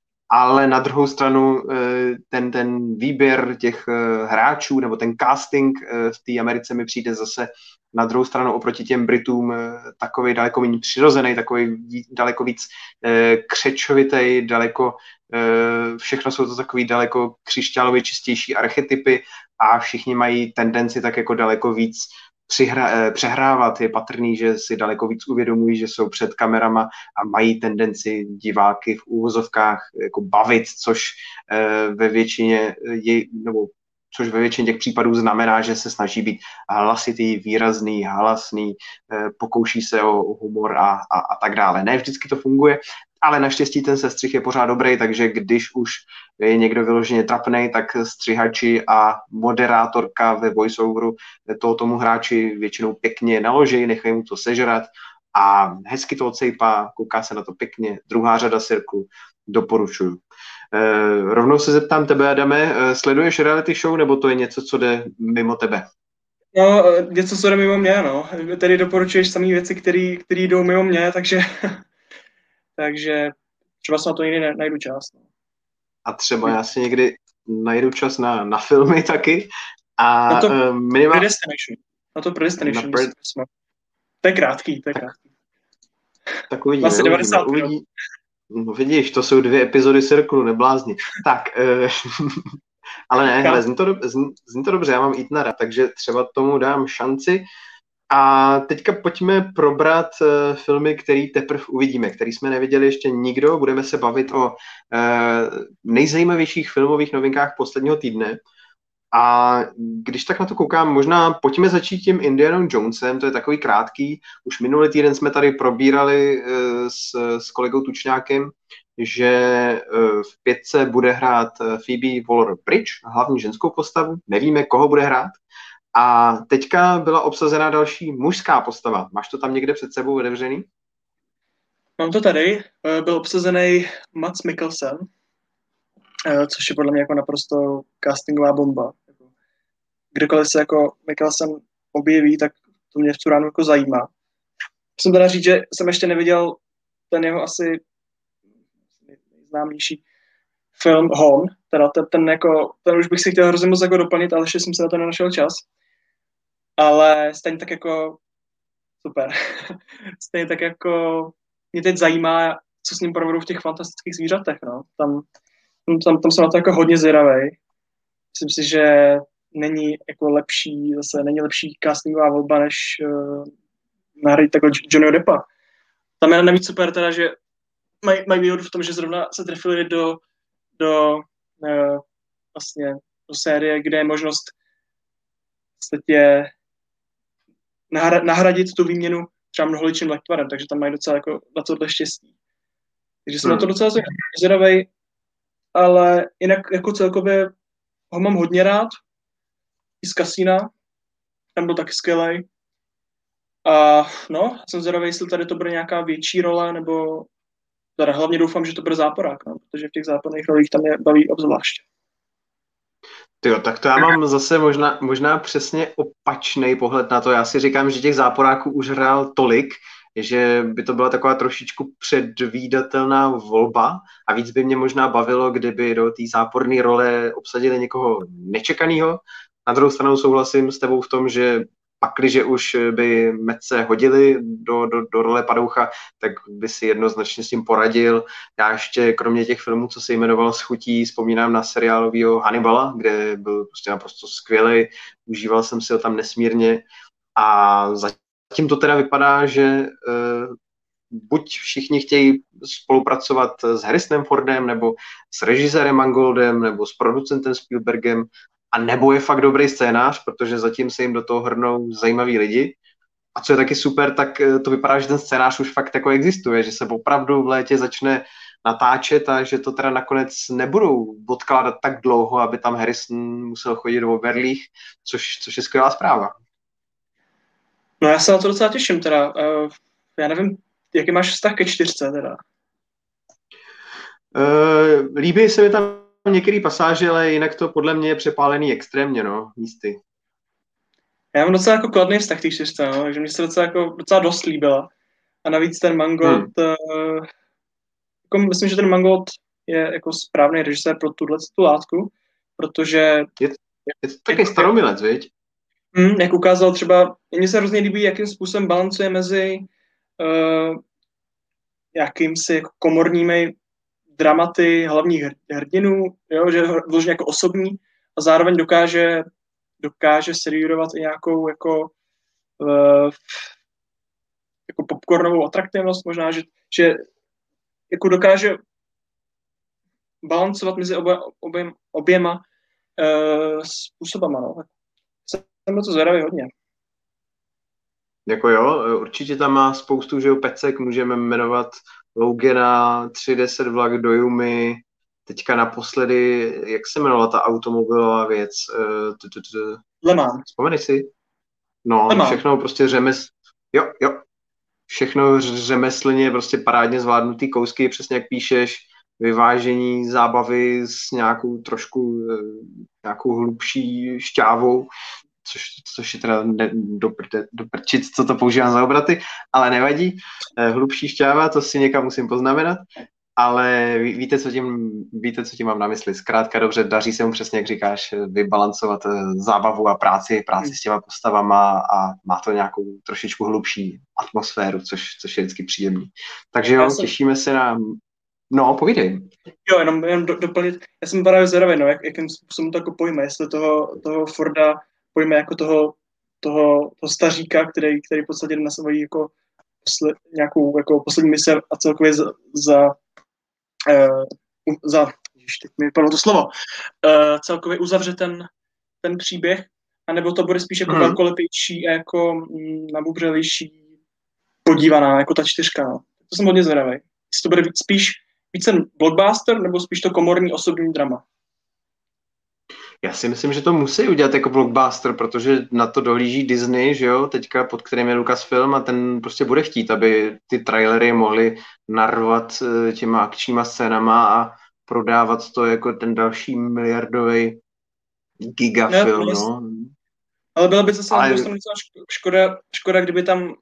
ale na druhou stranu ten, ten výběr těch hráčů nebo ten casting v té Americe mi přijde zase na druhou stranu oproti těm Britům takový daleko méně přirozený, takový daleko víc křečovitý, daleko, všechno jsou to takový daleko křišťálově čistější archetypy a všichni mají tendenci tak jako daleko víc přihra, přehrávat. Je patrný, že si daleko víc uvědomují, že jsou před kamerama a mají tendenci diváky v úvozovkách jako bavit, což ve většině je, nebo což ve většině těch případů znamená, že se snaží být hlasitý, výrazný, halasný, pokouší se o humor a, a, a tak dále. Ne vždycky to funguje, ale naštěstí ten sestřih je pořád dobrý, takže když už je někdo vyloženě trapnej, tak střihači a moderátorka ve voiceoveru toho tomu hráči většinou pěkně naloží, nechají mu to sežrat a hezky to odsejpá, kouká se na to pěkně. Druhá řada Cirklu, doporučuju. Eh, rovnou se zeptám tebe, Adame, eh, sleduješ reality show, nebo to je něco, co jde mimo tebe? No, něco, co jde mimo mě, no. Tady doporučuješ samé věci, které jdou mimo mě, takže, takže třeba se na to někdy najdu čas. No. A třeba já si někdy najdu čas na, na filmy taky. A na to uh, minimál... Predestination. Na to Predestination. Na pre... To je krátký, to je krátký. Tak uvidíme, vlastně devadesát uvidíme, uvidí... No vidíš, to jsou dvě epizody Cirklu, neblázni. Tak, uh... ale ne, hele, zní to, do... zní, zní to dobře, já mám Etnara, takže třeba tomu dám šanci. A teďka pojďme probrat uh, filmy, který teprve uvidíme, který jsme neviděli ještě nikdo. Budeme se bavit o uh, nejzajímavějších filmových novinkách posledního týdne. A když tak na to koukám, možná pojďme začít tím Indianou Jonesem, to je takový krátký. Už minulý týden jsme tady probírali s, s kolegou Tučňákem, že v pětce bude hrát Phoebe Waller-Bridge, hlavní ženskou postavu. Nevíme, koho bude hrát. A teďka byla obsazena další mužská postava. Máš to tam někde před sebou otevřený? Mám to tady. Byl obsazený Mads Mikkelsen, což je podle mě jako naprosto castingová bomba. Kdekoliv se jako Mikkelsen objeví, tak to mě v tu ránu jako zajímá. Musím teda říct, že jsem ještě neviděl ten jeho asi nejznámější film Hon, teda ten, ten, jako, ten už bych si chtěl hrozně moc jako doplnit, ale ještě jsem se na to nenašel čas. Ale stejně tak jako super. Stejně tak jako mě teď zajímá, co s ním provedou v těch fantastických zvířatech, no. Tam, tam, tam jsem na to jako hodně zvědavej. Myslím si, že není jako lepší, zase není lepší castingová volba, než uh, nahradit takhle Johnnyho Deppa. Tam je navíc super teda, že mají maj výhodu v tom, že zrovna se trefili do, do uh, vlastně do série, kde je možnost vlastně nahradit tu výměnu třeba mnoholičným lektvarem, takže tam mají docela jako na tohle štěstí. Takže jsem hmm. na to docela zvědavej, ale jinak jako celkově ho mám hodně rád. I z Kasína, tam byl taky skvělej. A no, jsem zvědavej, jestli tady to bude nějaká větší role, nebo teda hlavně doufám, že to bude záporák, no, protože v těch záporných rolích tam je baví obzvlášť. Tyjo, tak to já mám zase možná, možná přesně opačný pohled na to. Já si říkám, že těch záporáků už hrál tolik, že by to byla taková trošičku předvídatelná volba a víc by mě možná bavilo, kdyby do té záporné role obsadili někoho nečekaného. Na druhou stranu souhlasím s tebou v tom, že pakliže už by Metce hodili do, do, do role Padoucha, tak by si jednoznačně s tím poradil. Já ještě kromě těch filmů, co se jmenoval S chutí, vzpomínám na seriálovýho Hannibala, kde byl prostě naprosto skvělý, užíval jsem si ho tam nesmírně a zatím to teda vypadá, že uh, buď všichni chtějí spolupracovat s Harrisonem Fordem, nebo s režisérem Mangoldem, nebo s producentem Spielbergem, a nebo je fakt dobrý scénář, protože zatím se jim do toho hrnou zajímaví lidi. A co je taky super, tak to vypadá, že ten scénář už fakt jako existuje, že se opravdu v létě začne natáčet a že to teda nakonec nebudou odkládat tak dlouho, aby tam Harrison musel chodit do Oberlích, což, což je skvělá zpráva. No já se na to docela těším teda. Uh, já nevím, jaký máš vztah ke čtyřce teda? Uh, líbí se mi tam některé pasáže, ale jinak to podle mě je přepálený extrémně, no, místy. Já mám docela jako kladný vztah těch čtyřce, no, takže mě se docela, jako, docela dost líbila. A navíc ten Mangold, hmm. uh, jako myslím, že ten Mangold je jako správný režisér pro tuhle tu látku, protože... Je, je to taky staromilec, viď? Hmm, jak ukázal třeba, mně se hrozně líbí, jakým způsobem balancuje mezi uh, jakýmsi jako komorními dramaty hlavních hrdinů, jo, že vložně jako osobní a zároveň dokáže dokáže servírovat i nějakou jako uh, jako popcornovou atraktivnost možná, že, že jako dokáže balancovat mezi obě, obě, oběma uh, způsobama, no. Jsem na to zvědavý hodně. Jako jo, určitě tam má spoustu, že jo, pecek, můžeme jmenovat Logana, tři deset vlak do Jumy, teďka naposledy, jak se jmenovala ta automobilová věc? Le Mans. Vzpomeneš si? No, všechno prostě řemesl... Jo, jo. Všechno řemeslně, prostě parádně zvládnutý kousky, přesně jak píšeš, vyvážení zábavy s nějakou trošku, nějakou hlubší šťávou, což, což je teda ne, do, do prčic, co to používám za obraty, ale nevadí. Hlubší šťáva, to si někam musím poznamenat, ale ví, víte, co tím, víte, co tím mám na mysli. Zkrátka dobře, daří se mu přesně, jak říkáš, vybalancovat zábavu a práci, práci s těma postavama a má to nějakou trošičku hlubší atmosféru, což, což je vždycky příjemný. Takže jo, jsem... těšíme se na... No, povídej. Jo, jenom, jenom do, doplnit. Já jsem právě zvědavý, no, jak, jakým způsobem to jako pojme, jestli toho, toho Forda pojme jako toho, toho, toho staříka, který, který v podstatě na svoji jako posled, nějakou jako poslední mise a celkově za, za, uh, za ježiš, teď mi vypadlo to slovo, uh, celkově uzavře ten, ten příběh, anebo to bude spíš jako Hmm. velkolepější a jako mm, nabubřelejší podívaná, jako ta čtyřka. No. To jsem hodně zvědavý. Jestli to bude víc, spíš víc ten blockbuster, nebo spíš to komorní osobní drama. Já si myslím, že to musí udělat jako blockbuster, protože na to dohlíží Disney, že jo, teďka pod kterým je Lucasfilm a ten prostě bude chtít, aby ty trailery mohly narvat těma akčníma scénama a prodávat to jako ten další miliardový gigafilm, ne, no. Ale byla by zase ale... docela škoda, škoda, kdyby tam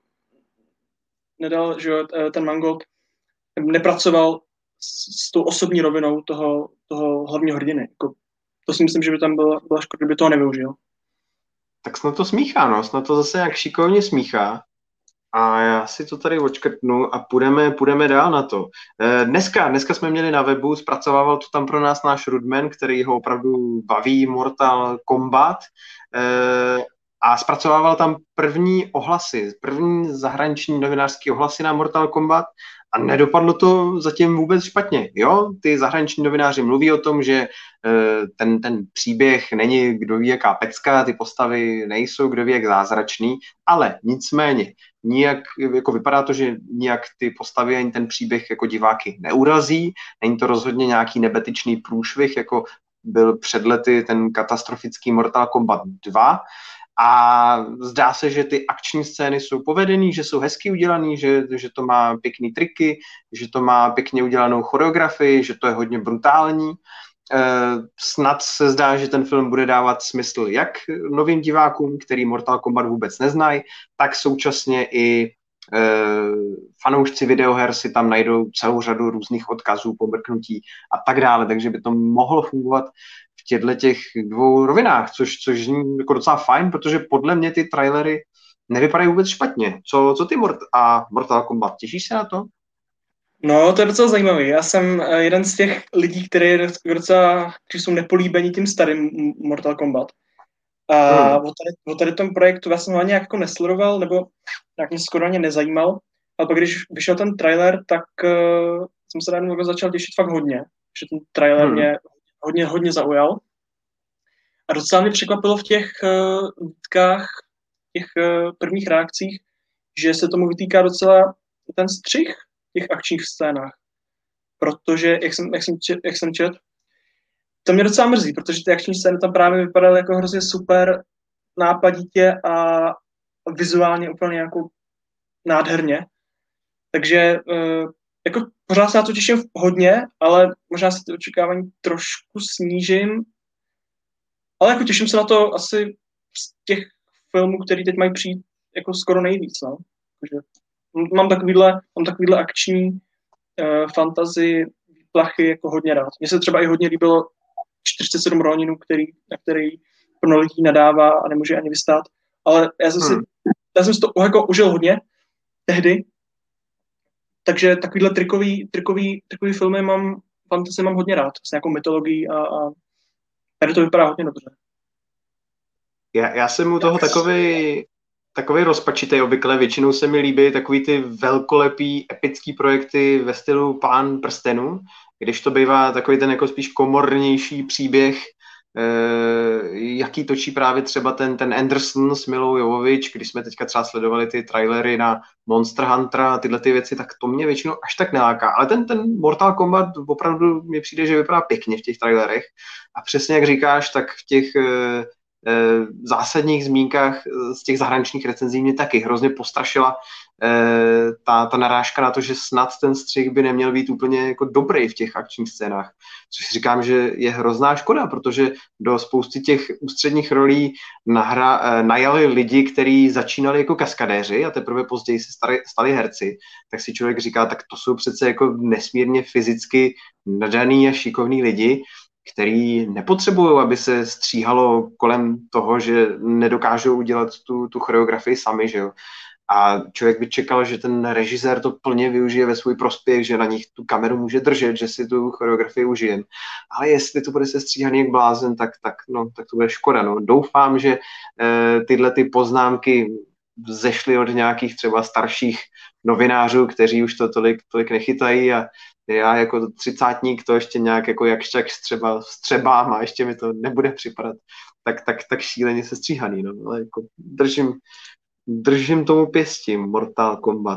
nedal, že jo, ten Mangold nepracoval s, s tou osobní rovinou toho, toho hlavního hrdiny. Jako, to si myslím, že by tam byla, byla škoda, kdyby toho nevyužil. Tak snad to smíchá, no. Snad to zase jak šikovně smíchá. A já si to tady odškrtnu a půjdeme, půjdeme dál na to. Dneska, dneska jsme měli na webu, zpracovával to tam pro nás náš Rudman, který ho opravdu baví Mortal Kombat. A zpracovával tam první ohlasy, první zahraniční novinářský ohlasy na Mortal Kombat a nedopadlo to zatím vůbec špatně. Jo, ty zahraniční novináři mluví o tom, že ten, ten příběh není kdo ví jaká pecka, ty postavy nejsou kdo ví jak zázračný, ale nicméně nijak, jako vypadá to, že nijak ty postavy ani ten příběh jako diváky neurazí, není to rozhodně nějaký nebetyčný průšvih, jako byl před lety ten katastrofický Mortal Kombat dva. A zdá se, že ty akční scény jsou povedený, že jsou hezky udělaný, že, že to má pěkný triky, že to má pěkně udělanou choreografii, že to je hodně brutální. E, snad se zdá, že ten film bude dávat smysl jak novým divákům, který Mortal Kombat vůbec neznají, tak současně i e, fanoušci videoher si tam najdou celou řadu různých odkazů, pomrknutí a tak dále, takže by to mohlo fungovat v těchto těch dvou rovinách, což, což zní jako docela fajn, protože podle mě ty trailery nevypadají vůbec špatně. Co, co ty Mort a Mortal Kombat? Těšíš se na to? No, to je docela zajímavý. Já jsem jeden z těch lidí, který docela, kteří jsou nepolíbení tím starým Mortal Kombat. A hmm. o, tady, o tady tom projektu já jsem ho ani jako nesledoval, nebo nějak mě skoro ani nezajímal. Ale pak, když vyšel ten trailer, tak uh, jsem se najednou začal těšit fakt hodně. Že ten trailer hmm. mě hodně, hodně zaujal. A docela mě překvapilo v těch uh, výtkách, těch uh, prvních reakcích, že se tomu vytýká docela ten střih v těch akčních scénách. Protože, jak jsem, jak jsem, čet, jak jsem čet, to mě docela mrzí, protože ty akční scény tam právě vypadaly jako hrozně super nápaditě a vizuálně úplně jako nádherně. Takže uh, jako pořád se na to těším hodně, ale možná si ty očekávání trošku snížím. Ale jako těším se na to asi z těch filmů, který teď mají přijít jako skoro nejvíc. No. Takže mám takovýhle, mám takovýhle akční uh, fantasy výplachy jako hodně rád. Mně se třeba i hodně líbilo čtyřicet sedm Roninů, který, na který plno lidí nadává a nemůže ani vystát. Ale já jsem si, hmm. já jsem si to jako užil hodně tehdy. Takže takovýhle trikový, trikový, trikový filmy mám, fantasy mám hodně rád, s nějakou mytologií a, a tady to vypadá hodně dobře. Já, já jsem u toho takový, takový rozpačitý obvykle, většinou se mi líbí takový ty velkolepý, epický projekty ve stylu Pán prstenů, když to bývá takový ten jako spíš komornější příběh, jaký točí právě třeba ten, ten Anderson s Milou Jovovič, když jsme teďka třeba sledovali ty trailery na Monster Huntera a tyhle ty věci, tak to mě většinou až tak neláká. Ale ten, ten Mortal Kombat opravdu mi přijde, že vypadá pěkně v těch trailerech. A přesně jak říkáš, tak v těch e, e, zásadních zmínkách z těch zahraničních recenzí mě taky hrozně postrašila e, ta, ta narážka na to, že snad ten střih by neměl být úplně jako dobrý v těch akčních scénách. Což si říkám, že je hrozná škoda, protože do spousty těch ústředních rolí nahra, najali lidi, kteří začínali jako kaskadéři a teprve později se stali, stali herci, tak si člověk říká, tak to jsou přece jako nesmírně fyzicky nadaný a šikovný lidi, který nepotřebují, aby se stříhalo kolem toho, že nedokážou udělat tu, tu choreografii sami, že jo. A člověk by čekal, že ten režisér to plně využije ve svůj prospěch, že na nich tu kameru může držet, že si tu choreografii užije. Ale jestli to bude se stříhaný jak blázen, tak, tak, no, tak to bude škoda. No. Doufám, že eh, tyhle ty poznámky zešly od nějakých třeba starších novinářů, kteří už to tolik, tolik nechytají a já jako třicátník to ještě nějak jako jakšťak třeba vstřebám a ještě mi to nebude připadat tak, tak, tak šíleně sestříhaný, no, ale jako držím, držím tomu pěstí Mortal Kombat.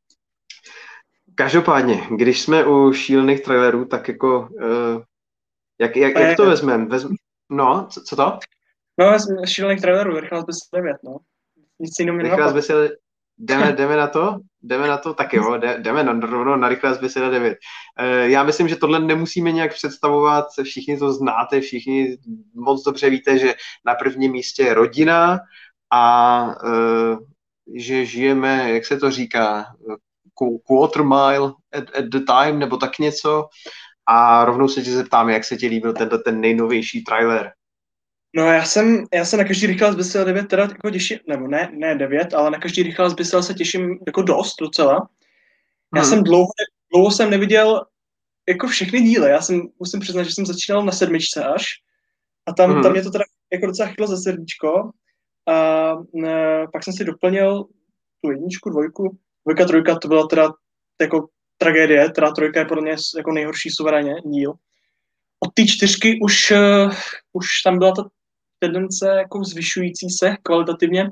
Každopádně, když jsme u šílených trailerů, tak jako, uh, jak, jak, jak to vezmeme? Vezm... No, co, co to? No, šílených trailerů, rychle z devět, no. Nic jiného mi nenapadlo. Jdeme, jdeme na to? Jdeme na to? Tak jo, jdeme na, rovno na rychlé zběseda devět. Uh, já myslím, že tohle nemusíme nějak představovat, všichni to znáte, všichni moc dobře víte, že na prvním místě je rodina a uh, že žijeme, jak se to říká, quarter mile at, at the time, nebo tak něco. A rovnou se tě zeptám, jak se ti líbil tento ten nejnovější trailer. No já jsem, já se na každý rychlá zbysel devět teda jako těším, nebo ne, ne devět, ale na každý rychlá zbysel se těším jako dost docela. Já hmm. jsem dlouho, dlouho jsem neviděl jako všechny díly, já jsem, musím přiznat, že jsem začínal na sedmičce až a tam, hmm. tam mě to teda jako docela chytlo za srdíčko a ne, pak jsem si doplnil tu jedničku, dvojku, dvojka, trojka, to byla teda jako tragédie, teda trojka je podle mě jako nejhorší suverénně díl. Od té čtyřky už, uh, už tam byla ta tendence jako zvyšující se kvalitativně.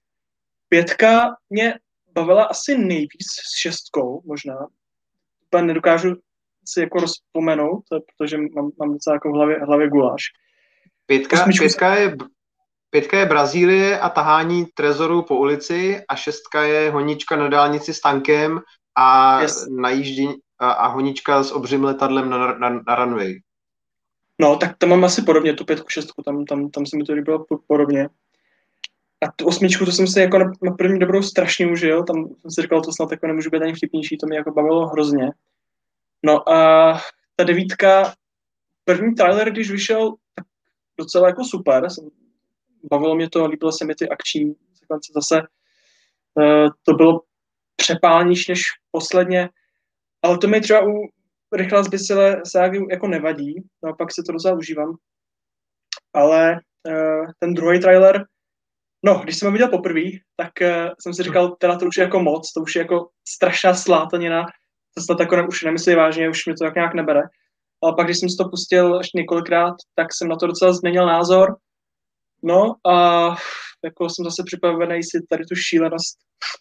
Pětka mě bavila asi nejvíc s šestkou, možná. Úplně nedokážu si jako rozpomenout, protože mám, mám docela jako v hlavě, hlavě guláš. Pětka, pětka, je, pětka je Brazílie a tahání trezorů po ulici a šestka je honička na dálnici s tankem a yes. najíždění a, a honička s obřím letadlem na, na, na runway. No, tak tam mám asi podobně, tu pětku, šestku, tam, tam, tam se mi to líbilo podobně. A tu osmičku, to jsem si jako na, na první dobrou strašně užil, tam jsem si říkal, to snad jako nemůžu být ani vtipnější, to mě jako bavilo hrozně. No a ta devítka, první trailer, když vyšel, tak docela jako super, bavilo mě to, líbilo se mi ty akční sekvence zase, uh, to bylo přepálnější než posledně, ale to mi třeba u rychlá zbysile ságy jako nevadí, no a pak si to docela užívám. Ale uh, ten druhý trailer, no, když jsem ho viděl poprvé, tak uh, jsem si říkal, teda to už je jako moc, to už je jako strašná slátanina, to snad jako ne, už nemyslí vážně, už mi to tak nějak nebere. Ale pak, když jsem si to pustil ještě několikrát, tak jsem na to docela změnil názor. No a jako jsem zase připravený si tady tu šílenost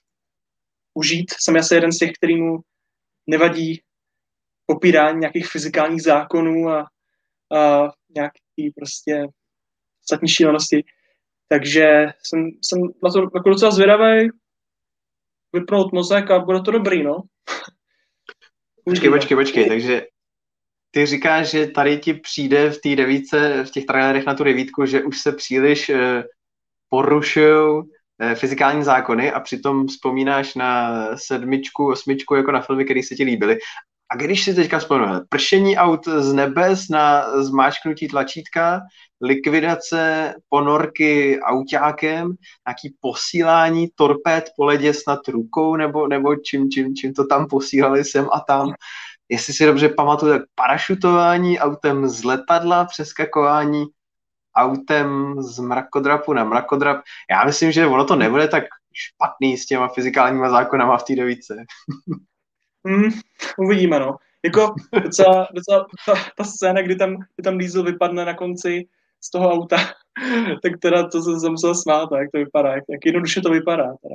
užít. Jsem asi jeden z těch, kterýmu nevadí popírání nějakých fyzikálních zákonů a, a nějaký prostě ostatní šílenosti. Takže jsem, jsem na to jako docela zvědavý, vypnout mozek a bude to dobrý, no. Počkej, počkej, počkej, takže ty říkáš, že tady ti přijde v té devítce, v těch trailerech na tu devítku, že už se příliš eh, porušují eh, fyzikální zákony a přitom vzpomínáš na sedmičku, osmičku jako na filmy, které se ti líbily. A když si teďka vzpomínám, pršení aut z nebes na zmáčknutí tlačítka, likvidace ponorky autákem, nějaký posílání torpéd po ledě snad rukou, nebo, nebo čím, čím, čím to tam posílali sem a tam. Jestli si dobře pamatuju, tak parašutování autem z letadla, přeskakování autem z mrakodrapu na mrakodrap. Já myslím, že ono to nebude tak špatný s těma fyzikálníma zákonama v té devítce. Hmm, uvidíme, no. Jako docela, docela ta, ta scéna, kdy tam, kdy tam Diesel vypadne na konci z toho auta, tak teda to jsem se musel smát, jak to vypadá, jak, jak jednoduše to vypadá. Teda.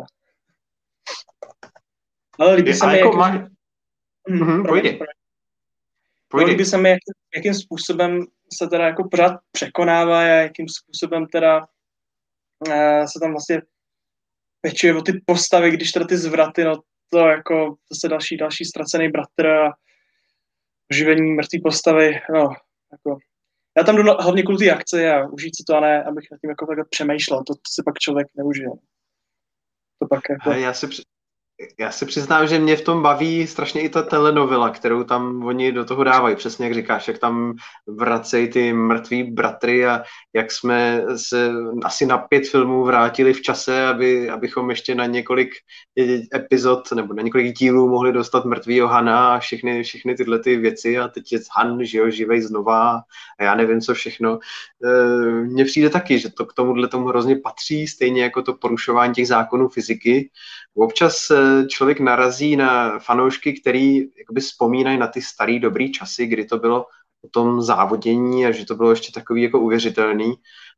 Ale líbí se mi, jako jak... Má... Mm, pojdi. Pojdi. Líbí se mi, jak, jakým způsobem se teda jako pořád překonává a jakým způsobem teda uh, se tam vlastně pečuje o ty postavy, když teda ty zvraty, no to jako zase další, další ztracený bratr a oživení mrtvý postavy, no, jako. Já tam jdu na, hlavně kvůli té akce a užít si to a ne, abych nad tím jako takhle přemýšlel, to, to si pak člověk neužije. To pak jako... Já si, já si přiznám, že mě v tom baví strašně i ta telenovela, kterou tam oni do toho dávají, přesně jak říkáš, jak tam vracejí ty mrtví bratry a jak jsme se asi na pět filmů vrátili v čase, aby, abychom ještě na několik epizod nebo na několik dílů mohli dostat mrtvýho Hana a všechny, všechny tyhle ty věci a teď je Han, že jo, živej znova a já nevím, co všechno. Mně přijde taky, že to k tomuhle tomu hrozně patří, stejně jako to porušování těch zákonů fyziky. Občas člověk narazí na fanoušky, který jakoby vzpomínají na ty starý dobrý časy, kdy to bylo o tom závodění a že to bylo ještě takový jako uvěřitelný.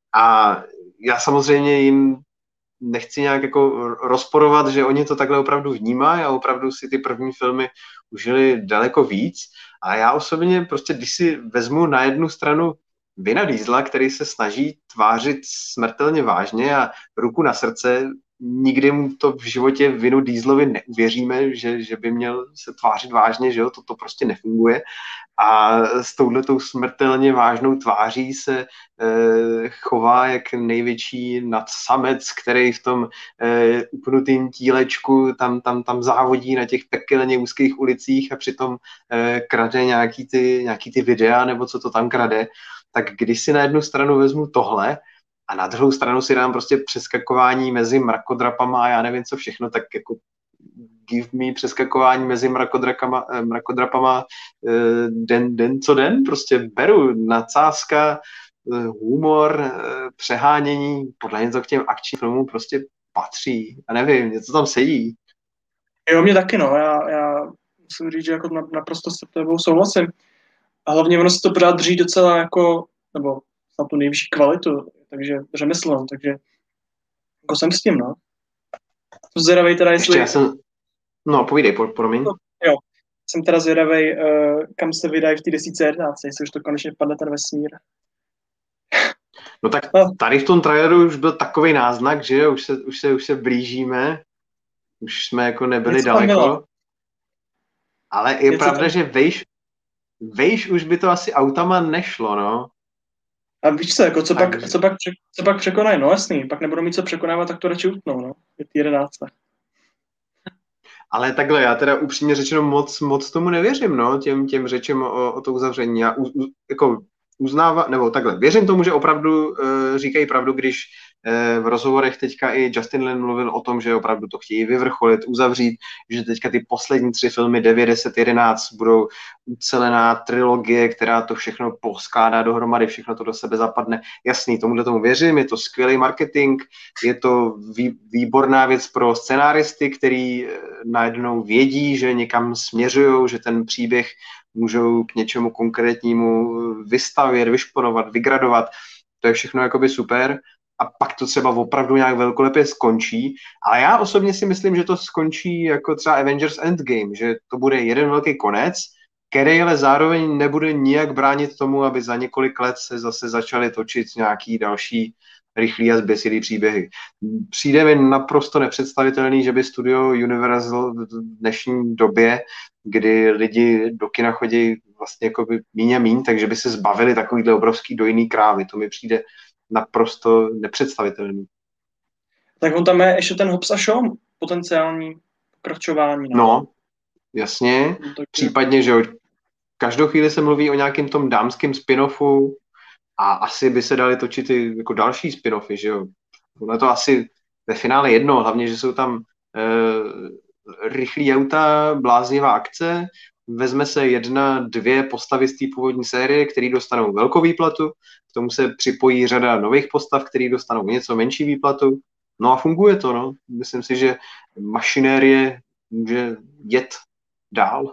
A já samozřejmě jim nechci nějak jako rozporovat, že oni to takhle opravdu vnímají a opravdu si ty první filmy užili daleko víc. A já osobně prostě, když si vezmu na jednu stranu Vina Diesela, který se snaží tvářit smrtelně vážně a ruku na srdce, nikdy mu to v životě Vinu Dieselovi neuvěříme, že, že by měl se tvářit vážně, že jo, to, to prostě nefunguje. A s touhletou smrtelně vážnou tváří se e, chová jak největší nadsamec, který v tom e, upnutým tílečku tam, tam, tam závodí na těch pekelně úzkých ulicích a přitom e, krade nějaký ty, nějaký ty videa, nebo co to tam krade. Tak když si na jednu stranu vezmu tohle a na druhou stranu si dám prostě přeskakování mezi mrakodrapama a já nevím co všechno, tak jako give me přeskakování mezi mrakodrapama, mrakodrapama den, den co den, prostě beru nadsázka, humor, přehánění, podle něco k těm akčním filmům prostě patří. A nevím, něco tam sedí. Jo, mě taky, no. Já, já musím říct, že jako naprosto s tebou souhlasím. A hlavně ono se to pořád drží docela jako, nebo na tu nejvyšší kvalitu, takže řemeslnou, takže jako jsem s tím, no. To zvědavej teda, jestli... Ještě já jsem... No, povídej, promiň. No, jo, jsem teda zvědavej, uh, kam se vydají v té desítce jedenáct, jestli už to konečně padne ten vesmír. No tak tady v tom traileru už byl takový náznak, že už se, už se, už se blížíme, už jsme jako nebyli Něco daleko. Ale je Něco pravda, tam... že vejš, vejš už by to asi autama nešlo, no. A víš co, jako co, tak, pak, co, pak, co pak překonají, no jasný, pak nebudou mít co překonávat, tak to radši utnou, no, je ty jedenácté. Ale takhle, já teda upřímně řečeno moc, moc tomu nevěřím, no, těm, těm řečem o, o to uzavření. Já u, u, jako uznávám, nebo takhle, věřím tomu, že opravdu uh, říkají pravdu, když uh, v rozhovorech teďka i Justin Lin mluvil o tom, že opravdu to chtějí vyvrcholit, uzavřít, že teďka ty poslední tři filmy devět, deset, jedenáct budou ucelená trilogie, která to všechno poskládá dohromady, všechno to do sebe zapadne. Jasný, tomuhle tomu věřím, je to skvělý marketing, je to vý, výborná věc pro scenáristy, který najednou vědí, že někam směřují, že ten příběh můžou k něčemu konkrétnímu vystavět, vyšponovat, vygradovat. To je všechno jakoby super. A pak to třeba opravdu nějak velkolepě skončí. Ale já osobně si myslím, že to skončí jako třeba Avengers Endgame, že to bude jeden velký konec, který ale zároveň nebude nijak bránit tomu, aby za několik let se zase začaly točit nějaký další rychlý a zběsilý příběhy. Přijde mi naprosto nepředstavitelný, že by studio Universal v dnešní době, kdy lidi do kina chodí vlastně jako by míň a míň, takže by se zbavili takovýhle obrovský dojný krávy. To mi přijde naprosto nepředstavitelný. Tak on tam je ještě ten Hobbs a Shaw, potenciální pokračování. No, no jasně. No, tak případně, že každou chvíli se mluví o nějakém tom dámském spin-offu a asi by se dali točit i jako další spin-offy, že jo. Ono je to asi ve finále jedno, hlavně, že jsou tam e, rychlý auta, bláznivá akce, vezme se jedna, dvě postavy z té původní série, které dostanou velkou výplatu, k tomu se připojí řada nových postav, které dostanou něco menší výplatu, no a funguje to, no. Myslím si, že mašinérie může jet dál.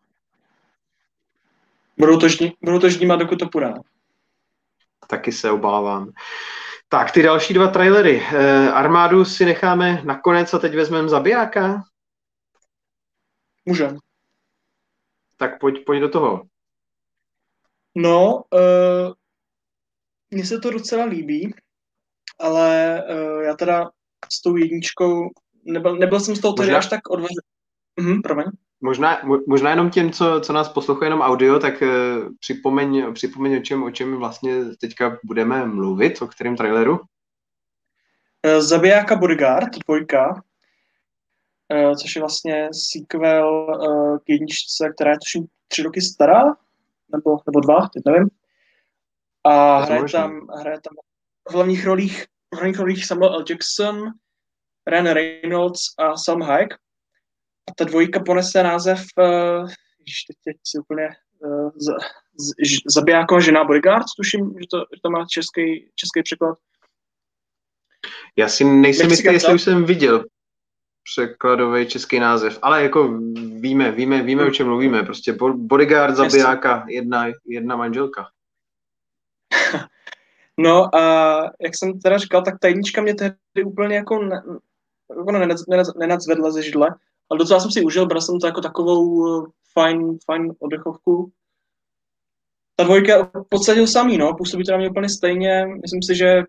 Budou to, ždí, budou to ždímat, dokud to půjde. Taky se obávám. Tak, ty další dva trailery. Eh, Armádu si necháme nakonec a teď vezmeme zabijáka? Můžem. Tak pojď, pojď do toho. No, uh, mně se to docela líbí, ale uh, já teda s tou jedničkou, nebyl, nebyl jsem z toho tedy až tak odvezen. Mhm, promiň. Možná, možná jenom těm, co, co nás poslouchají jenom audio, tak uh, připomeň, připomeň o, čem, o čem vlastně teďka budeme mluvit, o kterém traileru. Uh, Zabijáka Bodyguard, dvojka, uh, což je vlastně sequel uh, k jedničce, která je tuším tři roky stará, nebo, nebo dva, teď nevím. A hraje tam, hraje tam v hlavních rolích, v hlavních rolích Samuel L. Jackson, Ryan Reynolds a Salma Hayek. A ta dvojka ponese název, uh, teď, teď si úplně, uh, z, z, Zabijáková žena Bodyguard, tuším, že to, že to má český, český překlad. Já si nejsem jistý, jestli už jsem viděl překladový český název, ale jako víme, víme, víme, o čem mluvíme, prostě Bodyguard, zabijáka, jedna, jedna manželka. No a jak jsem teda říkal, tak ta jednička mě tehdy úplně jako, ne, jako nenadzvedla ze židle, ale docela jsem si užil, bral jsem to jako takovou fajn, fajn oddechovku. Ta dvojka je v podstatě samý, no, působí to na mě úplně stejně. Myslím si, že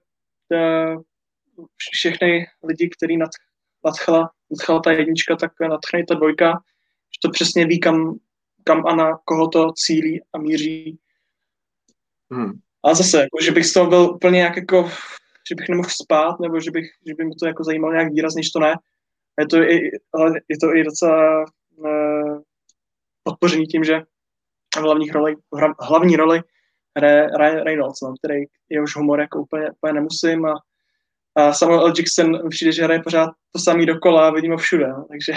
všechny lidi, který nad, nadchla, nadchla ta jednička, tak nadchne ta dvojka, že to přesně ví, kam, kam a na koho to cílí a míří. Hmm. A zase, jako, že bych z toho byl úplně jak jako, že bych nemohl spát, nebo že, bych, že by mi to jako zajímalo nějak výrazně, že to ne. A je to i, ale je to i docela uh, podpořený tím, že v hlavních roli, v hlavní roli hraje Ryan Reynolds, no, který jehož humor jako úplně, úplně nemusím a, a Samuel L. Jackson přijde, že hraje pořád to samý dokola a vidím ho všude, no, takže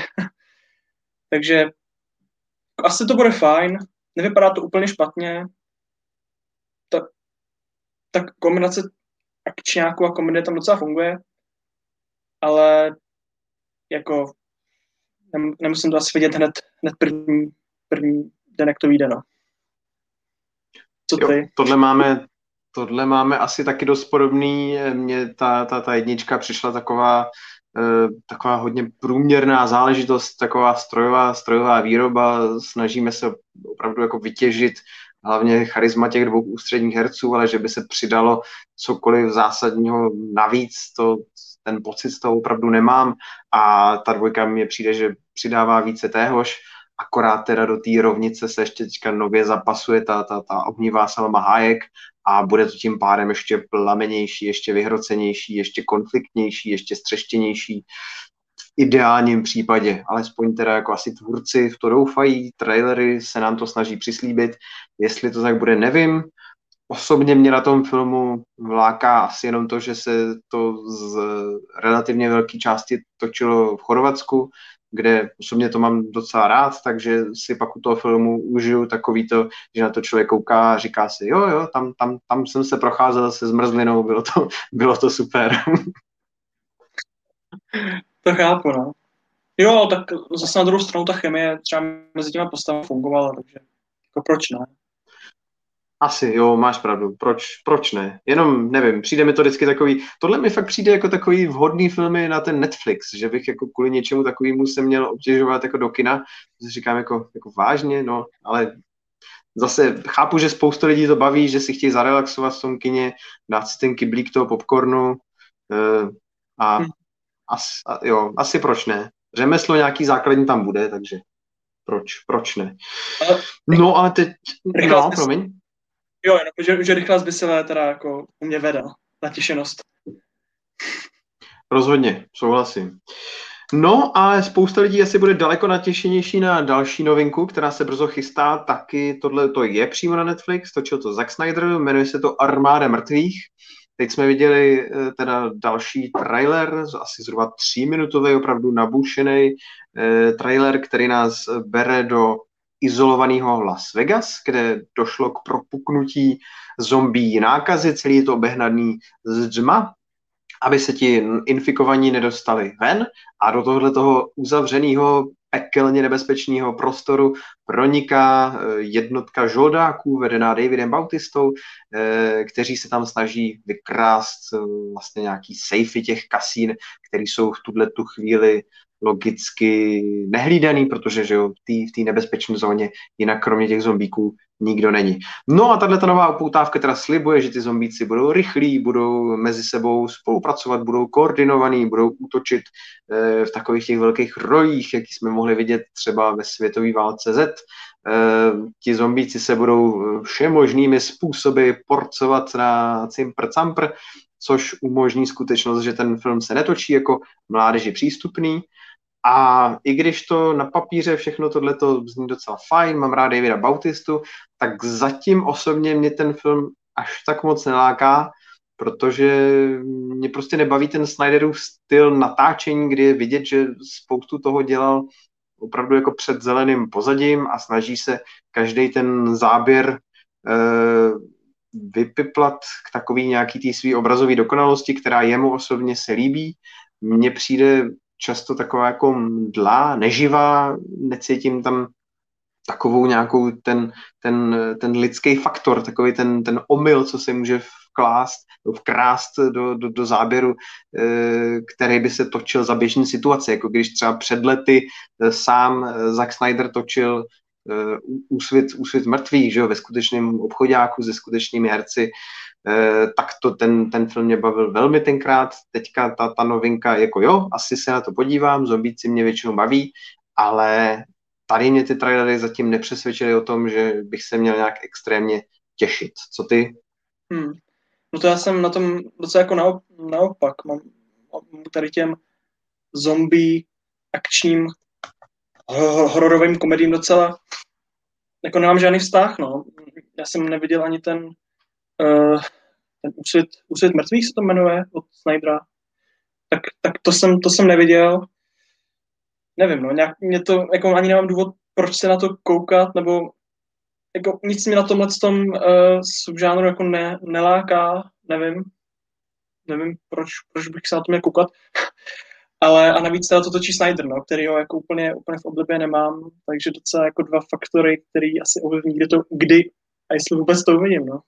takže asi to bude fajn, nevypadá to úplně špatně, ta, ta kombinace akčňáku a komedie tam docela funguje, ale jako nemusím to asi vidět hned, hned první, první den, jak to vyjde, no. Co ty? Jo, tohle máme, tohle máme asi taky dost podobný. Mně ta, ta, ta jednička přišla taková, eh, taková hodně průměrná záležitost, taková strojová, strojová výroba. Snažíme se opravdu jako vytěžit hlavně charisma těch dvou ústředních herců, ale že by se přidalo cokoliv zásadního navíc, to, ten pocit z toho opravdu nemám. A ta dvojka mi přijde, že přidává více téhož. Akorát teda do té rovnice se ještě teďka nově zapasuje ta, ta, ta ohnivá Salma Hayek a bude to tím pádem ještě plamenější, ještě vyhrocenější, ještě konfliktnější, ještě střeštěnější v ideálním případě. Alespoň teda jako asi tvůrci v to doufají, trailery se nám to snaží přislíbit. Jestli to tak bude, nevím. Osobně mě na tom filmu vláká asi jenom to, že se to z relativně velké části točilo v Chorvatsku, kde osobně to mám docela rád, takže si pak u toho filmu užiju takový to, že na to člověk kouká a říká si, jo, jo, tam, tam, tam jsem se procházel se zmrzlinou, bylo to, bylo to super. To chápu, no. Jo, tak zase na druhou stranu ta chemie třeba mezi těma postavami fungovala, takže jako proč ne? Asi, jo, máš pravdu. Proč, proč ne? Jenom, nevím, přijde mi to vždycky takový, tohle mi fakt přijde jako takový vhodný filmy na ten Netflix, že bych jako kvůli něčemu takovému se měl obtěžovat jako do kina, že si říkám jako, jako vážně, no, ale zase chápu, že spousta lidí to baví, že si chtějí zarelaxovat v tom kině, dát si ten kyblík toho popcornu uh, a, hmm. as, a jo, asi proč ne? Řemeslo nějaký základní tam bude, takže proč, proč ne? No ale teď, no, promiň. Jo, jenom, že, že rychlá zbysilé teda jako u mě vede na těšenost. Rozhodně, souhlasím. No a spousta lidí asi bude daleko natěšenější na další novinku, která se brzo chystá, taky tohle to je přímo na Netflix, točil to Zack Snyder, jmenuje se to Armáda mrtvých. Teď jsme viděli teda další trailer, asi zhruba tříminutový, opravdu nabušený eh, trailer, který nás bere do izolovaného Las Vegas, kde došlo k propuknutí zombie nákazy, celý je to obehnaný zdma, aby se ti infikovaní nedostali ven a do tohoto uzavřeného pekelně nebezpečného prostoru proniká jednotka žoldáků vedená Davidem Bautistou, kteří se tam snaží vykrást vlastně nějaký sejfy těch kasín, které jsou v tuto chvíli logicky nehlídaný, protože že jo, v té nebezpečné zóně jinak kromě těch zombíků nikdo není. No a tato nová upoutávka teda slibuje, že ty zombíci budou rychlí, budou mezi sebou spolupracovat, budou koordinovaní, budou útočit e, v takových těch velkých rojích, jaký jsme mohli vidět třeba ve světové válce Z. E, ti zombíci se budou všemožnými způsoby porcovat na cimpr-campr, což umožní skutečnost, že ten film se netočí jako mládeži přístupný. A i když to na papíře všechno tohleto zní docela fajn, mám rád Davida Bautistu, tak zatím osobně mě ten film až tak moc neláká, protože mě prostě nebaví ten Snyderův styl natáčení, kdy je vidět, že spoustu toho dělal opravdu jako před zeleným pozadím a snaží se každý ten záběr eh, vypiplat k takový nějaký té svý obrazové dokonalosti, která jemu osobně se líbí. Mně přijde často taková jako mdlá, neživá, necítím tam takovou nějakou ten, ten, ten lidský faktor, takový ten, ten omyl, co se může v vklást, vkrást do, do, do záběru, který by se točil za běžný situace, jako když třeba před lety sám Zack Snyder točil Úsvit, úsvit mrtvých, že jo, ve skutečném obchodáku se skutečnými herci, tak to ten, ten film mě bavil velmi tenkrát. Teďka ta, ta novinka, jako jo, asi se na to podívám, zombíci mě většinou baví, ale tady mě ty trailery zatím nepřesvědčily o tom, že bych se měl nějak extrémně těšit. Co ty? Hmm. No to já jsem na tom docela jako naop, naopak. Mám tady těm zombie akčním hororovým komedím docela jako nemám žádný vztah, no. Já jsem neviděl ani ten uh, ten úsvit, úsvit mrtvých se to jmenuje od Snydera. Tak, tak to jsem, to jsem neviděl. Nevím, no, nějak mě to, jako ani nemám důvod, proč se na to koukat, nebo jako nic mi na tomhle tom uh, subžánru jako ne, neláká, nevím. Nevím, proč, proč bych se na to měl koukat. Ale a navíc teda to točí Snyder, no, který ho jako úplně, úplně v oblibě nemám, takže docela jako dva faktory, který asi ovlivní, kdy to, kdy a jestli vůbec to uvidím, no.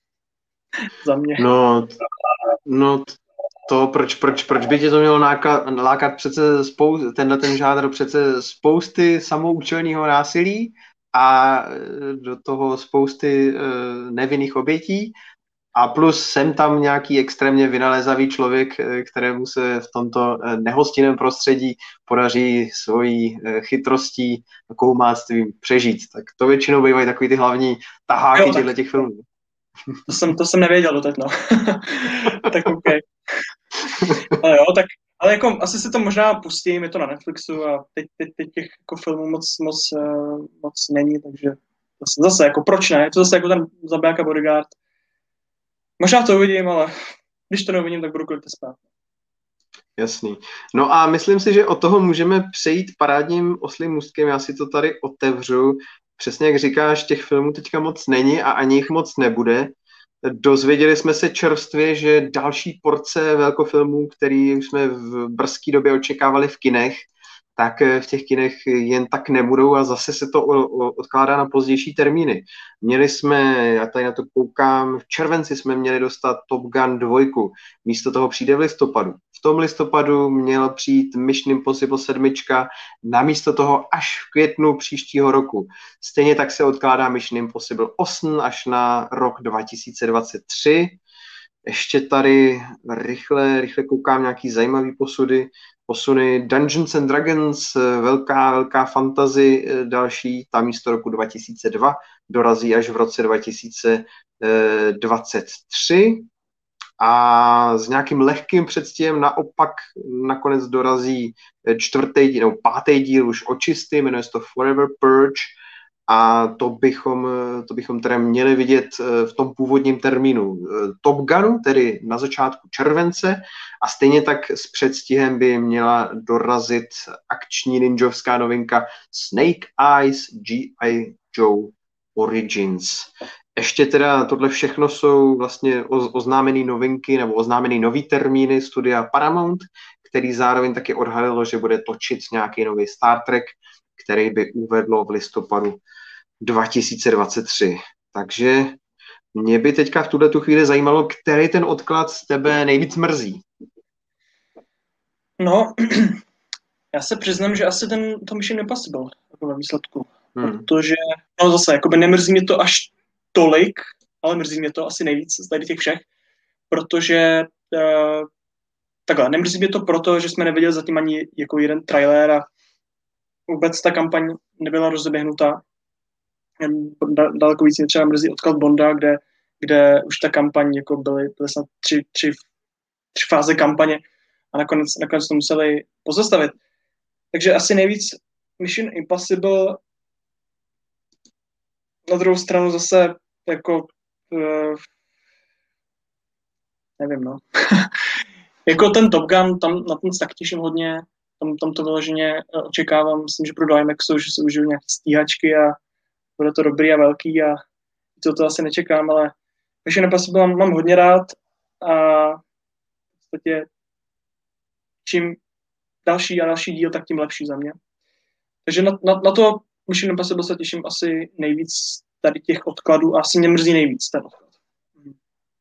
Za mě. No, no to, proč, proč, proč by tě to mělo náka, lákat přece spou, tenhle ten žánr přece spousty samoučelného násilí a do toho spousty uh, nevinných obětí a plus sem tam nějaký extrémně vynalézavý člověk, kterému se v tomto nehostinném prostředí podaří svojí chytrostí a koumáctvím přežít. Tak to většinou bývají takový ty hlavní taháky těchto těch filmů. To jsem, to jsem nevěděl doteď, no. Tak OK. Ale jo, tak, ale jako asi si to možná pustím, je to na Netflixu a teď, teď, teď těch jako filmů moc, moc, moc není, takže zase, zase jako proč ne? Je to zase jako ten Zabijáka Bodyguard. Možná to uvidím, ale když to neuvidím, tak budu kolik spát. Jasný. No a myslím si, že od toho můžeme přejít parádním oslím můstkem. Já si to tady otevřu. Přesně jak říkáš, těch filmů teďka moc není a ani jich moc nebude. Dozvěděli jsme se čerstvě, že další porce velkofilmů, který jsme v brzké době očekávali v kinech, tak v těch kinech jen tak nebudou a zase se to odkládá na pozdější termíny. Měli jsme, já tady na to koukám, v červenci jsme měli dostat Top Gun dva, místo toho přijde v listopadu. V tom listopadu měl přijít Mission Impossible sedm, namísto toho až v květnu příštího roku. Stejně tak se odkládá Mission Impossible osm až na rok dva tisíce dvacet tři. Ještě tady rychle, rychle koukám nějaký zajímavý posudy. Posuny Dungeons and Dragons, velká, velká fantasy další, tam místo roku dva tisíce dva dorazí až v roce dva tisíce dvacet tři a s nějakým lehkým předstihem naopak nakonec dorazí čtvrtý díl, nebo pátý díl už očisty, jmenuje se to Forever Purge a to bychom, to bychom teda měli vidět v tom původním termínu Top Gunu, tedy na začátku července a stejně tak s předstihem by měla dorazit akční ninjovská novinka Snake Eyes G I. Joe Origins. Ještě teda tohle všechno jsou vlastně oznámené novinky nebo oznámené nový termíny studia Paramount, který zároveň taky odhalilo, že bude točit nějaký nový Star Trek, který by uvedlo v listopadu dva tisíce dvacet tři. Takže mě by teďka v tuhle tu chvíli zajímalo, který ten odklad z tebe nejvíc mrzí. No, já se přiznám, že asi ten to Mission Impossible jako ve výsledku. Hmm. Protože, no zase, jakoby nemrzí mě to až tolik, ale mrzí mě to asi nejvíc z tady těch všech, protože uh, takhle, nemrzí mě to proto, že jsme neviděli zatím ani jako jeden trailer a vůbec ta kampaň nebyla rozeběhnutá. Daleko víc mě třeba mrzí odklad Bonda, kde, kde už ta kampaň, jako byly, byly snad tři, tři, tři fáze kampaně a nakonec, nakonec to museli pozastavit. Takže asi nejvíc Mission Impossible. Na druhou stranu zase jako uh, nevím, no. Jako ten Top Gun, tam na ten se tak těším hodně, tam, tam to vyloženě očekávám, myslím, že pro do IMAXu, že se užiju nějaké stíhačky a bude to dobrý a velký a to, to asi nečekám, ale Mission Impossible mám, mám hodně rád a v podstatě čím další a další díl, tak tím lepší za mě. Takže na, na, na to Mission Impossible se těším asi nejvíc tady těch odkladů a asi mě mrzí nejvíc ten odklad.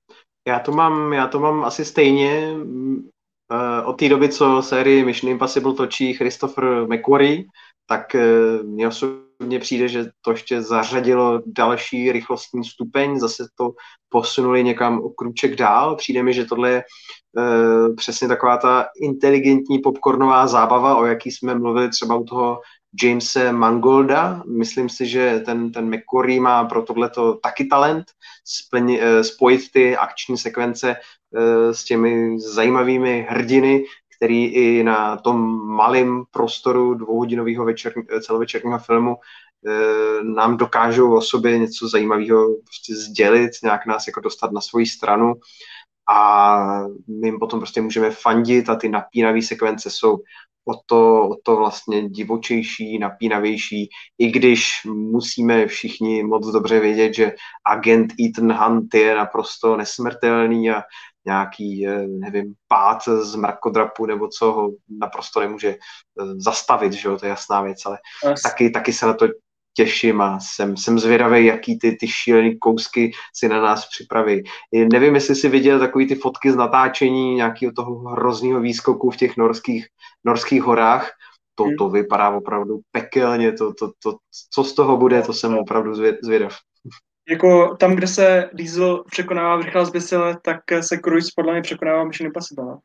Já to mám, já to mám asi stejně. Od té doby, co sérii Mission Impossible točí Christopher McQuarrie, tak mně osobně přijde, že to ještě zařadilo další rychlostní stupeň, zase to posunuli někam o krůček dál. Přijde mi, že tohle je uh, přesně taková ta inteligentní popcornová zábava, o jaký jsme mluvili třeba u toho Jamese Mangolda. Myslím si, že ten, ten McQuarrie má pro tohleto taky talent splň, uh, spojit ty akční sekvence uh, s těmi zajímavými hrdiny, který i na tom malém prostoru dvouhodinového večerní, celovečerního filmu e, nám dokážou o sobě něco zajímavého prostě sdělit, nějak nás jako dostat na svoji stranu a my jim potom prostě můžeme fandit a ty napínavé sekvence jsou o to, o to vlastně divočejší, napínavější, i když musíme všichni moc dobře vědět, že agent Ethan Hunt je naprosto nesmrtelný a nějaký, nevím, pád z mrakodrapu nebo co ho naprosto nemůže zastavit, že jo, to je jasná věc, ale yes. taky, taky se na to těším a jsem, jsem zvědavý, jaký ty, ty šílený kousky si na nás připraví. Nevím, jestli si viděl takový ty fotky z natáčení nějakého toho hrozného výskoku v těch norských, norských horách. To, hmm. to vypadá opravdu pekelně, to, to, to, co z toho bude, to jsem opravdu zvědav. Jako tam, kde se Diesel překonává v rychlá zběsile, tak se Cruise podle mě překonává Mission Impossible.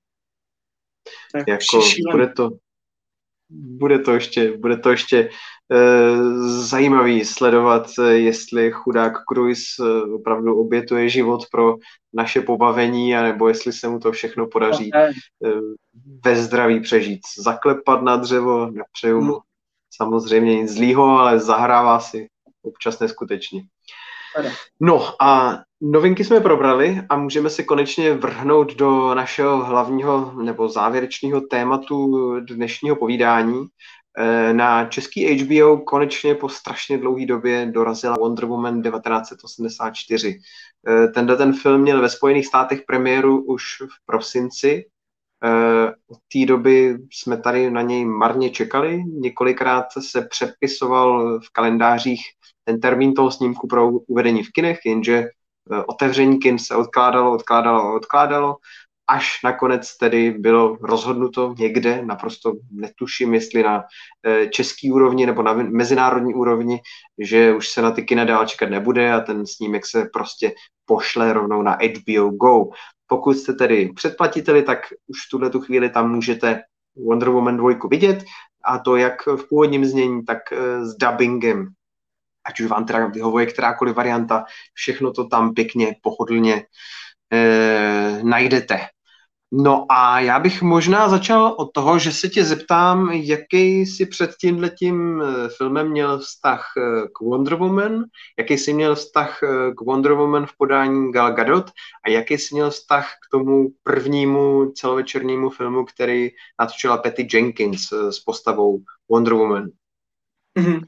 Jako bude to, bude to ještě, bude to ještě uh, zajímavý sledovat, jestli chudák Cruise uh, opravdu obětuje život pro naše pobavení, anebo jestli se mu to všechno podaří uh, ve zdraví přežít. Zaklepat na dřevo, nepřeju mu samozřejmě nic zlýho, ale zahrává si občas neskutečně. No a novinky jsme probrali a můžeme se konečně vrhnout do našeho hlavního nebo závěrečného tématu dnešního povídání. Na český H B O konečně po strašně dlouhé době dorazila Wonder Woman devatenáct osmdesát čtyři. Tenhle ten film měl ve Spojených státech premiéru už v prosinci. Od té doby jsme tady na něj marně čekali. Několikrát se přepisoval v kalendářích ten termín toho snímku pro uvedení v kinech, jenže otevření kin se odkládalo, odkládalo, odkládalo, až nakonec tedy bylo rozhodnuto někde, naprosto netuším, jestli na český úrovni nebo na mezinárodní úrovni, že už se na ty kina dál čekat nebude a ten snímek se prostě pošle rovnou na H B O Go. Pokud jste tedy předplatiteli, tak už v tuhletu chvíli tam můžete Wonder Woman dva vidět, a to jak v původním znění, tak s dubbingem. Ať už vám teda vyhovuje kterákoliv varianta, všechno to tam pěkně, pohodlně e, najdete. No a já bych možná začal od toho, že se tě zeptám, jaký jsi před tímhletím filmem měl vztah k Wonder Woman, jaký jsi měl vztah k Wonder Woman v podání Gal Gadot a jaký jsi měl vztah k tomu prvnímu celovečernímu filmu, který natočila Patty Jenkins s postavou Wonder Woman. Mm-hmm.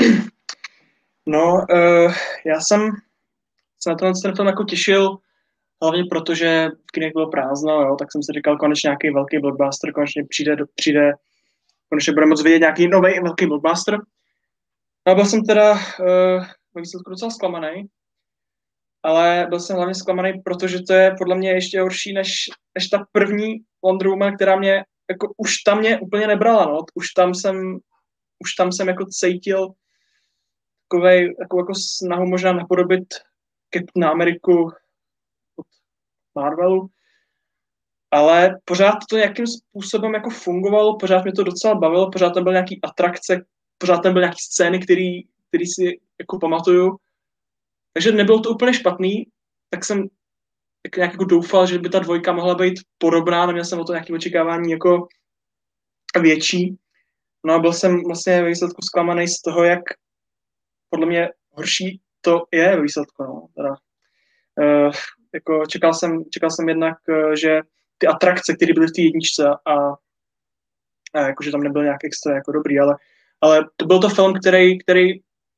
No, uh, já jsem se na ten, ten film jako těšil, hlavně protože v kinech bylo prázdno, jo, tak jsem si říkal, konečně nějaký velký blockbuster, konečně přijde, přijde konečně budeme moct vidět nějaký nový velký blockbuster. No a byl jsem teda uh, ve výsledku docela zklamaný, ale byl jsem hlavně zklamaný, protože to je podle mě ještě horší než, než ta první Wonder Woman, která mě, jako už tam mě úplně nebrala, no, už tam jsem, už tam jsem jako cítil takovej, takovou jako snahu možná napodobit Captain Ameriku od Marvelu, ale pořád to nějakým způsobem jako fungovalo, pořád mě to docela bavilo, pořád tam byly nějaký atrakce, pořád tam byly nějaký scény, který, který si jako pamatuju, takže nebylo to úplně špatný, tak jsem tak nějak jako doufal, že by ta dvojka mohla být podobná, neměl jsem o to nějaké očekávání jako větší, no a byl jsem vlastně ve výsledku zklamaný z toho, jak podle mě horší to je ve výsledku. No. Teda, uh, jako čekal, jsem, čekal jsem jednak, uh, že ty atrakce, které byly v té jedničce a, a jakože tam nebyl nějak extra jako dobrý, ale, ale to byl to film, který, který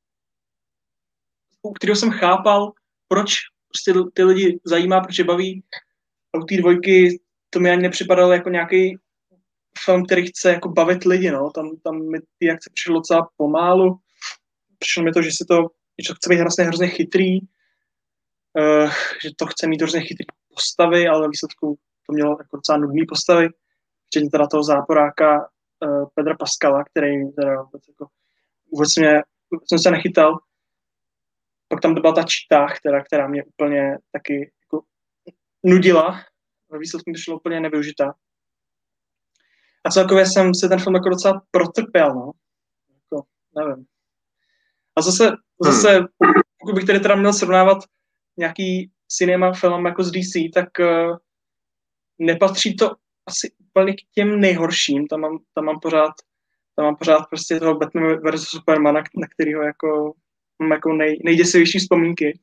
u kterého jsem chápal, proč prostě ty lidi zajímá, proč je baví. A u té dvojky to mi ani nepřipadalo jako nějaký film, který chce jako bavit lidi. No. Tam, tam mi ty akce přišlo docela pomálu. Přišlo mi to, že si to, že to chce být vlastně hrozně chytrý. uh, že to chce mít hrozně chytrý postavy, ale ve výsledku to mělo jako docela nudný postavy, včetně teda toho záporáka uh, Pedra Pascala, který teda vůbec, jako, vůbec mě, vůbec jsem se nechytal. Pak tam byla ta čítá, která, která mě úplně taky jako nudila. Ve výsledku mi to šlo úplně nevyužitá. A celkově jsem se ten film jako docela protrpěl, no. Jako, nevím. A zase, zase hmm. pokud bych tady teda měl srovnávat nějaký cinema film jako z D C, tak uh, nepatří to asi úplně k těm nejhorším. Tam mám, tam mám pořád tam mám pořád prostě toho Batman versus Supermana, na kterýho jako mám jako nej, nejděsivější vzpomínky.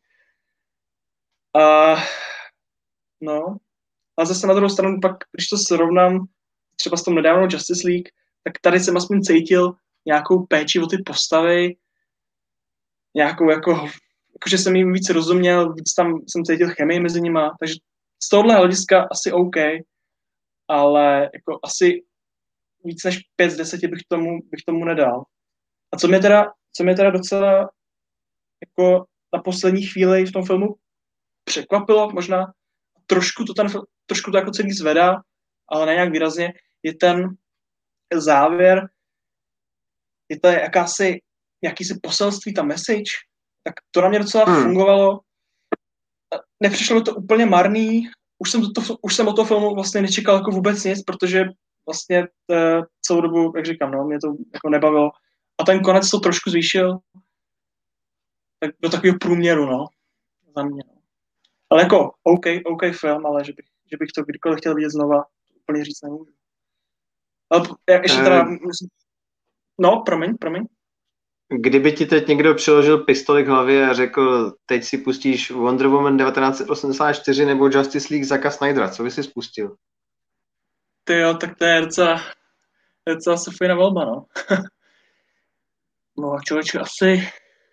A no, a zase na druhou stranu pak, když to srovnám třeba s tom nedávnou Justice League, tak tady jsem aspoň cítil nějakou péči o ty postavy, nějakou jako, jakože jsem jim víc rozuměl, víc tam jsem cítil chemii mezi nima, takže z tohohle hlediska asi OK, ale jako asi víc než pět z deseti bych tomu, bych tomu nedal. A co mě teda, co mě teda docela jako na poslední chvíli v tom filmu překvapilo, možná trošku to, ten, trošku to jako celý zvedá, ale ne nějak výrazně, je ten závěr, je to jakási, jakýsi poselství, ta message, tak to na mě docela hmm. fungovalo. Nepřišlo mi to úplně marný, už jsem, to, už jsem od toho filmu vlastně nečekal jako vůbec nic, protože vlastně t, celou dobu, jak říkám, no, mě to jako nebavilo. A ten konec to trošku zvýšil tak do takového průměru, no, za mě. No. Ale jako OK, OK film, ale že bych, že bych to kdykoliv chtěl vidět znova, úplně říct nemůžu. Ale ještě teda, uh, no, promiň, promiň. Kdyby ti teď někdo přiložil pistoli k hlavě a řekl, teď si pustíš Wonder Woman devatenáct osmdesát čtyři nebo Justice League Zacka Snydera, co by si spustil? Ty jo, tak to je docela, docela Sofína volba, no. No, člověče, asi,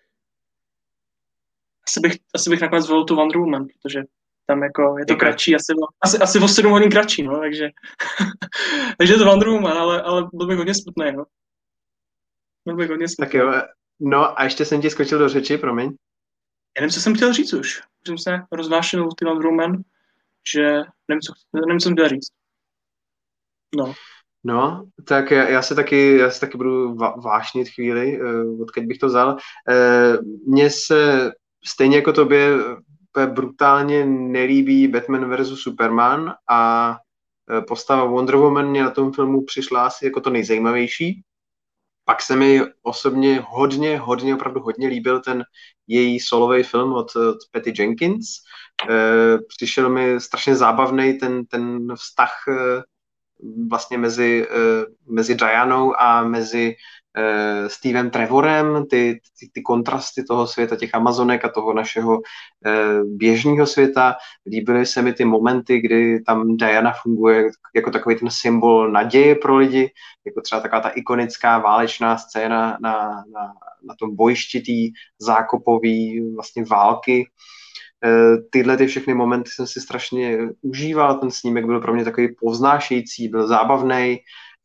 asi, bych, asi bych nakonec zvolil tu Wonder Woman, protože tam jako je to kratší, asi, asi, asi o sedm hodin kratší, no, takže, takže je to Wonder Woman, ale, ale byl bych hodně smutný, no. Byl bych hodně smutný. Tak jo, no a ještě jsem ti skočil do řeči, promiň. Já nevím, co jsem chtěl říct už. Už jsem se rozvášenil ty Wonder Woman, že nevím, co, nevím, co jsem chtěl říct. No. No, tak já, já se taky, já se taky budu vášnit chvíli, uh, odkud bych to vzal. Uh, Mně se stejně jako tobě brutálně nelíbí Batman versus Superman a uh, postava Wonder Woman mě na tom filmu přišla asi jako to nejzajímavější. Pak se mi osobně hodně, hodně, opravdu hodně líbil ten její solový film od, od Patty Jenkins. Uh, přišel mi strašně zábavný ten, ten vztah uh, vlastně mezi, uh, mezi Dianou a mezi uh, Stevem Trevorem, ty, ty, ty kontrasty toho světa, těch Amazonek a toho našeho uh, běžného světa. Líbily se mi ty momenty, kdy tam Diana funguje jako takový ten symbol naděje pro lidi, jako třeba taková ta ikonická válečná scéna na, na, na tom bojišti tý zákopový vlastně války. Tyhle ty všechny momenty jsem si strašně užíval, ten snímek byl pro mě takový povznášející, byl zábavný.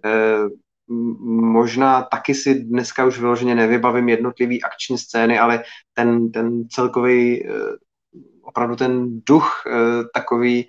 Možná taky si dneska už vyloženě nevybavím jednotlivý akční scény, ale ten, ten celkový, opravdu ten duch takový,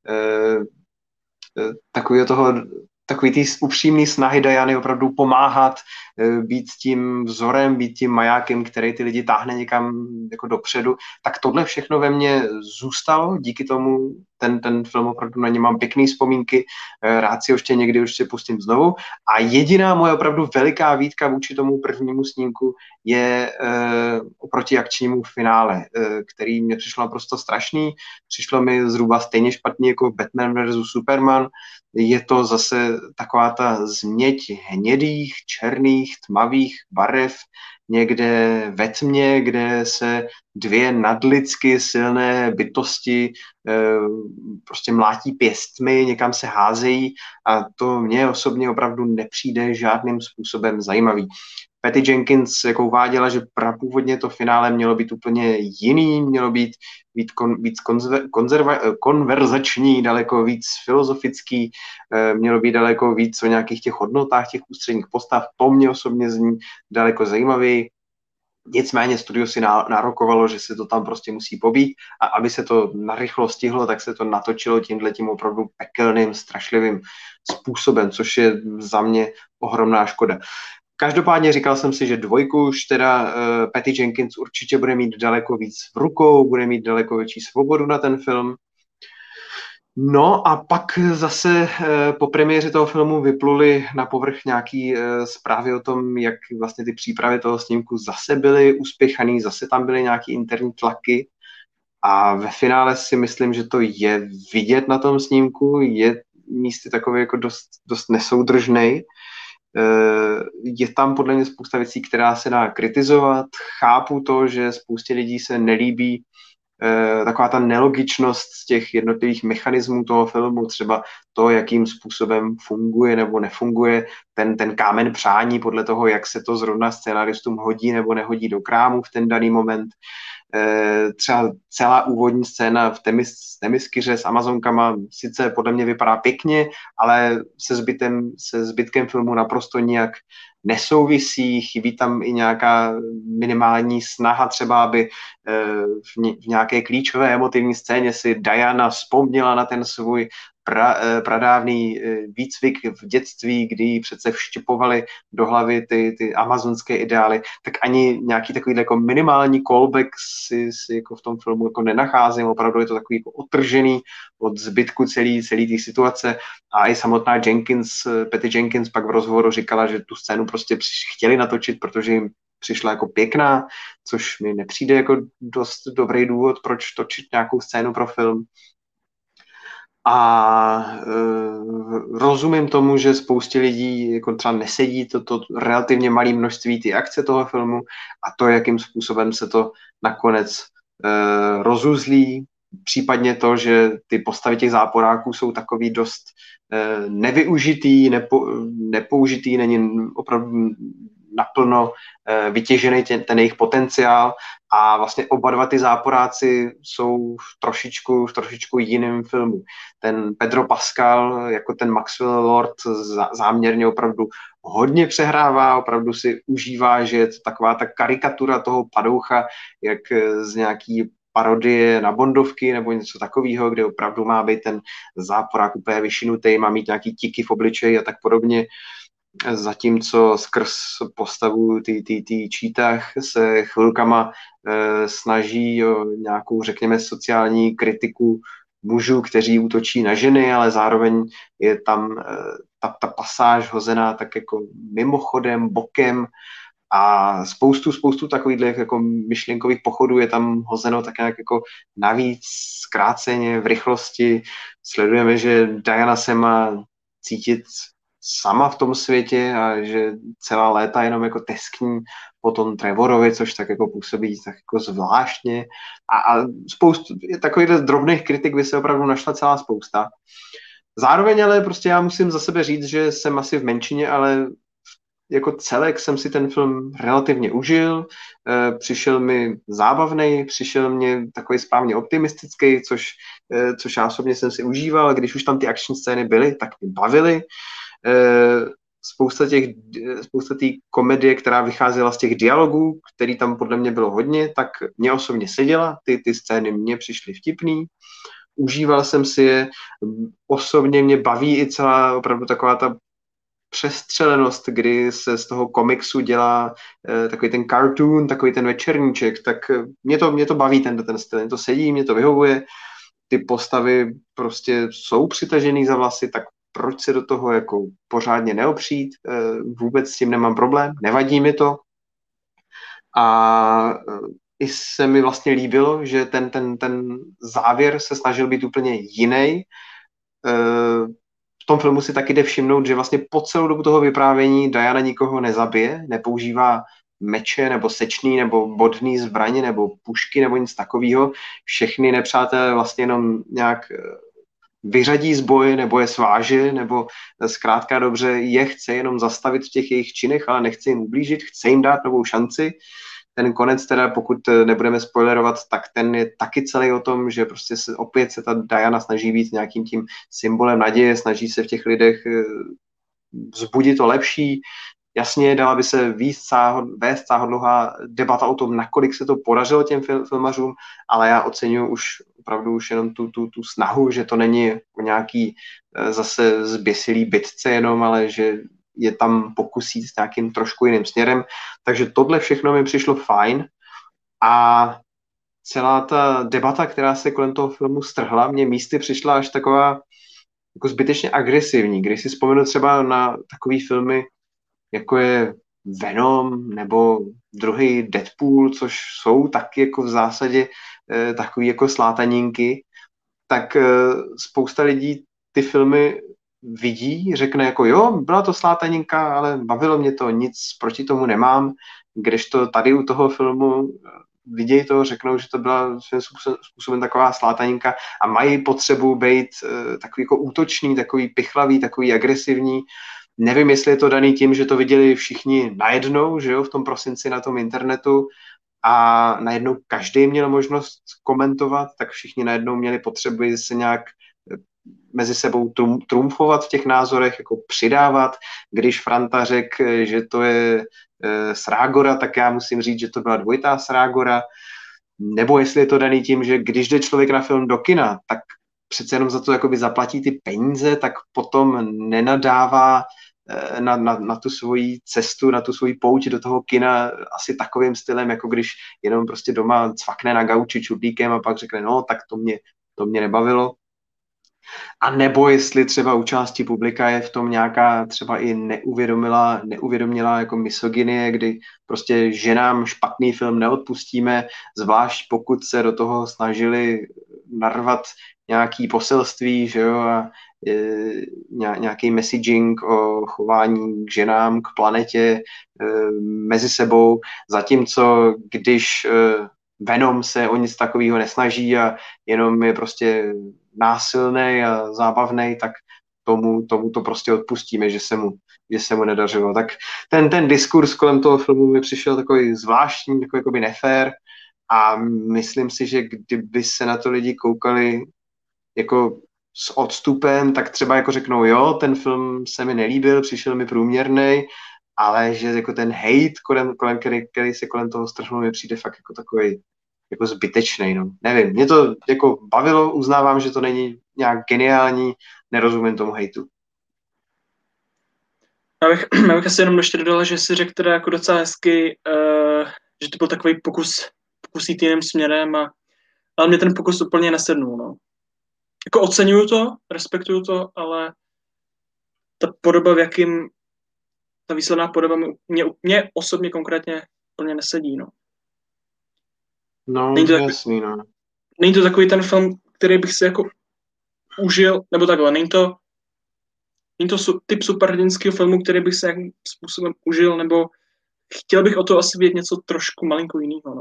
takový toho takový ty upřímný snahy Diany opravdu pomáhat, být tím vzorem, být tím majákem, který ty lidi táhne někam jako dopředu, tak tohle všechno ve mně zůstalo, díky tomu ten, ten film opravdu na ně mám pěkný vzpomínky, rád si ho ještě někdy určitě pustím znovu a jediná moje opravdu veliká výtka vůči tomu prvnímu snímku je eh, oproti akčnímu finále, eh, který mě přišlo naprosto strašný, přišlo mi zhruba stejně špatný jako Batman versus Superman. Je to zase taková ta změť hnědých, černých, tmavých barev, někde ve tmě, kde se dvě nadlidsky silné bytosti e, prostě mlátí pěstmi, někam se házejí a to mně osobně opravdu nepřijde žádným způsobem zajímavý. Patty Jenkins jako uváděla, že prapůvodně to finále mělo být úplně jiný, mělo být víc, kon, víc konzver, konzerva, konverzační, daleko víc filozofický, mělo být daleko víc o nějakých těch hodnotách těch ústředních postav. To mě osobně zní daleko zajímavěji. Nicméně studio si nárokovalo, že se to tam prostě musí pobít a aby se to narychlo stihlo, tak se to natočilo tímhletím opravdu pekelným, strašlivým způsobem, což je za mě ohromná škoda. Každopádně říkal jsem si, že dvojku už teda uh, Patty Jenkins určitě bude mít daleko víc v rukou, bude mít daleko větší svobodu na ten film. No a pak zase e, po premiéře toho filmu vypluly na povrch nějaký e, zprávy o tom, jak vlastně ty přípravy toho snímku zase byly uspěchaný, zase tam byly nějaký interní tlaky a ve finále si myslím, že to je vidět na tom snímku, je místy takový jako dost, dost nesoudržnej. E, je tam podle mě spousta věcí, která se dá kritizovat. Chápu to, že spoustě lidí se nelíbí taková ta nelogičnost z těch jednotlivých mechanismů toho filmu, třeba to, jakým způsobem funguje nebo nefunguje ten, ten kámen přání podle toho, jak se to zrovna scénaristům hodí nebo nehodí do krámu v ten daný moment. Třeba celá úvodní scéna v Temis, Temiskyře s Amazonkama sice podle mě vypadá pěkně, ale se zbytem, se zbytkem filmu naprosto nijak nesouvisí, chybí tam i nějaká minimální snaha třeba, aby v nějaké klíčové emotivní scéně si Diana vzpomněla na ten svůj pra, pradávný výcvik v dětství, kdy jí přece vštěpovali do hlavy ty, ty amazonské ideály, tak ani nějaký takový jako minimální callback si, si jako v tom filmu jako nenacházím, opravdu je to takový jako otržený od zbytku celý, celý té situace a i samotná Jenkins, Patty Jenkins pak v rozhovoru říkala, že tu scénu prostě chtěli natočit, protože jim přišla jako pěkná, což mi nepřijde jako dost dobrý důvod, proč točit nějakou scénu pro film. A e, rozumím tomu, že spoustě lidí jako třeba nesedí toto to relativně malé množství ty akce toho filmu a to, jakým způsobem se to nakonec e, rozuzlí, případně to, že ty postavy těch záporáků jsou takový dost e, nevyužitý, nepo, nepoužitý, není opravdu naplno e, vytěžený ten, ten jejich potenciál a vlastně oba dva ty záporáci jsou v trošičku, v trošičku jiném filmu. Ten Pedro Pascal jako ten Maxwell Lord zá, záměrně opravdu hodně přehrává, opravdu si užívá, že je to taková ta karikatura toho padoucha, jak z nějaký parodie na Bondovky nebo něco takového, kde opravdu má být ten záporák úplně vyšinutý, má mít nějaký tiky v obličeji a tak podobně. Zatímco skrz postavu ty, ty, ty čítách se chvilkama e, snaží o nějakou, řekněme, sociální kritiku mužů, kteří útočí na ženy, ale zároveň je tam e, ta, ta pasáž hozená tak jako mimochodem, bokem a spoustu, spoustu takových jako myšlenkových pochodů je tam hozeno tak nějak jako navíc, zkráceně, v rychlosti. Sledujeme, že Diana se má cítit sama v tom světě a že celá léta jenom jako teskní po tom Trevorovi, což tak jako působí tak jako zvláštně. A, a spoustu takových drobných kritik by se opravdu našla celá spousta. Zároveň ale prostě já musím za sebe říct, že jsem asi v menšině, ale jako celek jsem si ten film relativně užil, e, přišel mi zábavný, přišel mě takový správně optimistický, což, e, což já osobně jsem si užíval, když už tam ty akční scény byly, tak mě bavily. E, spousta těch, spousta té komedie, která vycházela z těch dialogů, který tam podle mě bylo hodně, tak mě osobně seděla, ty, ty scény mně přišly vtipný, užíval jsem si je, osobně mě baví i celá opravdu taková ta přestřelenost, kdy se z toho komiksu dělá eh, takový ten cartoon, takový ten večerníček, tak mě to, mě to baví ten, ten styl, mě to sedí, mě to vyhovuje, ty postavy prostě jsou přitažený za vlasy, tak proč se do toho jako pořádně neopřít, eh, vůbec s tím nemám problém, nevadí mi to a eh, i se mi vlastně líbilo, že ten, ten, ten závěr se snažil být úplně jiný. Eh, V tom filmu si taky jde všimnout, že vlastně po celou dobu toho vyprávění Diana nikoho nezabije, nepoužívá meče nebo sečný nebo bodný zbraně nebo pušky nebo nic takového. Všechny nepřátelé vlastně jenom nějak vyřadí z boje nebo je sváže nebo zkrátka dobře je chce jenom zastavit v těch jejich činech, ale nechce jim ublížit, chce jim dát novou šanci. Ten konec teda, pokud nebudeme spoilerovat, tak ten je taky celý o tom, že prostě se, opět se ta Diana snaží být nějakým tím symbolem naděje, snaží se v těch lidech vzbudit to lepší. jasně, dala by se víc záhod, vést záhodlouhá debata o tom, nakolik se to podařilo těm fil, filmařům, ale já oceňuji už opravdu už jenom tu, tu, tu snahu, že to není o nějaký zase zběsilý bitce jenom, ale že je tam pokusí s nějakým trošku jiným směrem. Takže tohle všechno mi přišlo fajn a celá ta debata, která se kolem toho filmu strhla, mě místy přišla až taková jako zbytečně agresivní. Když si vzpomenu třeba na takový filmy, jako je Venom nebo druhý Deadpool, což jsou taky jako v zásadě eh, takový jako slátaninky, tak eh, spousta lidí ty filmy vidí, řekne jako jo, byla to slátaninka, ale bavilo mě to, nic proti tomu nemám, kdežto tady u toho filmu vidějí to, řeknou, že to byla svým způsobem taková slátaninka a mají potřebu být uh, takový jako útočný, takový pichlavý, takový agresivní. Nevím, jestli je to daný tím, že to viděli všichni najednou, že jo, v tom prosinci na tom internetu a najednou každý měl možnost komentovat, tak všichni najednou měli potřebu se nějak mezi sebou trum, trumfovat v těch názorech, jako přidávat. Když Franta řekl, že to je e, Srágora, tak já musím říct, že to byla dvojitá Srágora. Nebo jestli je to daný tím, že když jde člověk na film do kina, tak přece jenom za to jakoby zaplatí ty peníze, tak potom nenadává e, na, na, na tu svoji cestu, na tu svoji pouť do toho kina asi takovým stylem, jako když jenom prostě doma cvakne na gauči čudlíkem a pak řekne, no, tak to mě, to mě nebavilo. A nebo jestli třeba u části publika je v tom nějaká třeba i neuvědomila, neuvědomila jako misogynie, kdy prostě ženám špatný film neodpustíme, zvlášť pokud se do toho snažili narvat nějaký poselství, že jo, a e, nějaký messaging o chování k ženám, k planetě, e, mezi sebou, zatímco když e, Venom se o nic takového nesnaží a jenom je prostě násilný a zábavný, tak tomu, tomu to prostě odpustíme, že se mu, že se mu nedařilo. Tak ten, ten diskurs kolem toho filmu mi přišel takový zvláštní, takový jakoby nefér a myslím si, že kdyby se na to lidi koukali jako s odstupem, tak třeba jako řeknou, jo, ten film se mi nelíbil, přišel mi průměrnej, ale že jako ten hate, kolem, kolem který, který se kolem toho strhnul, mi přijde fakt jako takový jako zbytečnej, no. Nevím, mě to jako bavilo, uznávám, že to není nějak geniální, nerozumím tomu hejtu. Já bych, já bych asi jenom ještě dodala, že si řekl teda jako docela hezky, uh, že to byl takový pokus, pokus jít jiným směrem, a, ale mě ten pokus úplně nesednul, no. Jako oceňuju to, respektuju to, ale ta podoba, v jakým, ta výsledná podoba mě, mě osobně konkrétně úplně nesedí, no. No, není to jasný, no. Není to takový ten film, který bych si jako užil, nebo takhle, není to, není to su, typ superhrdinského filmu, který bych si nějakým způsobem užil, nebo chtěl bych o to asi vědět něco trošku malinko jiného, no.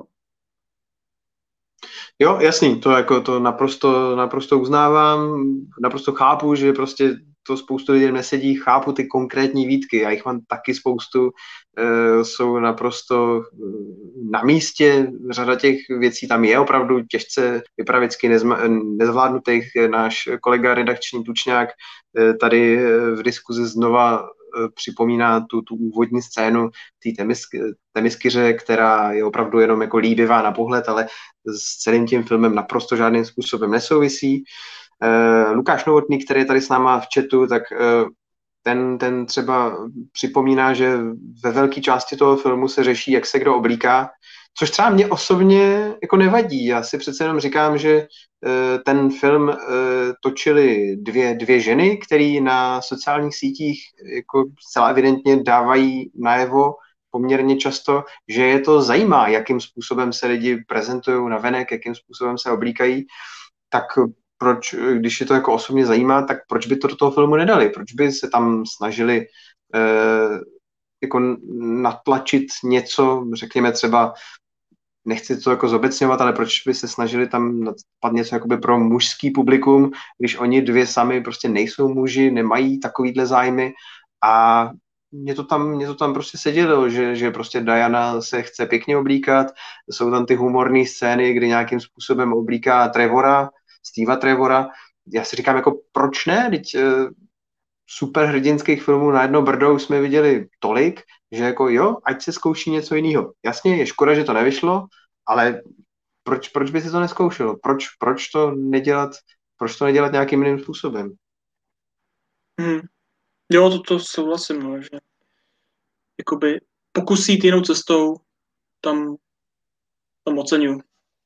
Jo, jasný, to jako to naprosto, naprosto uznávám, naprosto chápu, že prostě to spoustu lidí nesedí, chápu ty konkrétní výtky, já jich mám taky spoustu, e, jsou naprosto na místě, řada těch věcí tam je opravdu těžce vypravěcky nezvládnutých. Náš kolega redakční Tučňák e, tady v diskuzi znova připomíná tu, tu úvodní scénu té temisky, temiskyře, která je opravdu jenom jako líbivá na pohled, ale s celým tím filmem naprosto žádným způsobem nesouvisí. Uh, Lukáš Novotný, který je tady s náma v chatu, tak uh, ten, ten třeba připomíná, že ve velké části toho filmu se řeší, jak se kdo oblíká, což třeba mě osobně jako nevadí. Já si přece jenom říkám, že uh, ten film uh, točily dvě, dvě ženy, které na sociálních sítích jako zcela evidentně dávají najevo poměrně často, že je to zajímá, jakým způsobem se lidi prezentují navenek, jakým způsobem se oblíkají, tak proč, když je to jako osobně zajímá, tak proč by to do toho filmu nedali? Proč by se tam snažili eh, jako natlačit něco, řekněme třeba, nechci to jako zobecňovat, ale proč by se snažili tam nadspat něco jakoby pro mužský publikum, když oni dvě sami prostě nejsou muži, nemají takovýhle zájmy a Mě to, tam, mě to tam prostě sedělo, že, že prostě Diana se chce pěkně oblíkat, jsou tam ty humorné scény, kdy nějakým způsobem oblíká Trevora, Steva Trevora. Já si říkám, jako proč ne? Teď, superhrdinských filmů na jedno brdo už jsme viděli tolik, že jako jo, ať se zkouší něco jiného. Jasně, je škoda, že to nevyšlo, ale proč, proč by se to neskoušelo? Proč, proč to nedělat, proč to nedělat nějakým jiným způsobem? Hmm. Jo, to, to souhlasím, no, že jakoby pokusí jinou cestou, tam, tam oceňuji.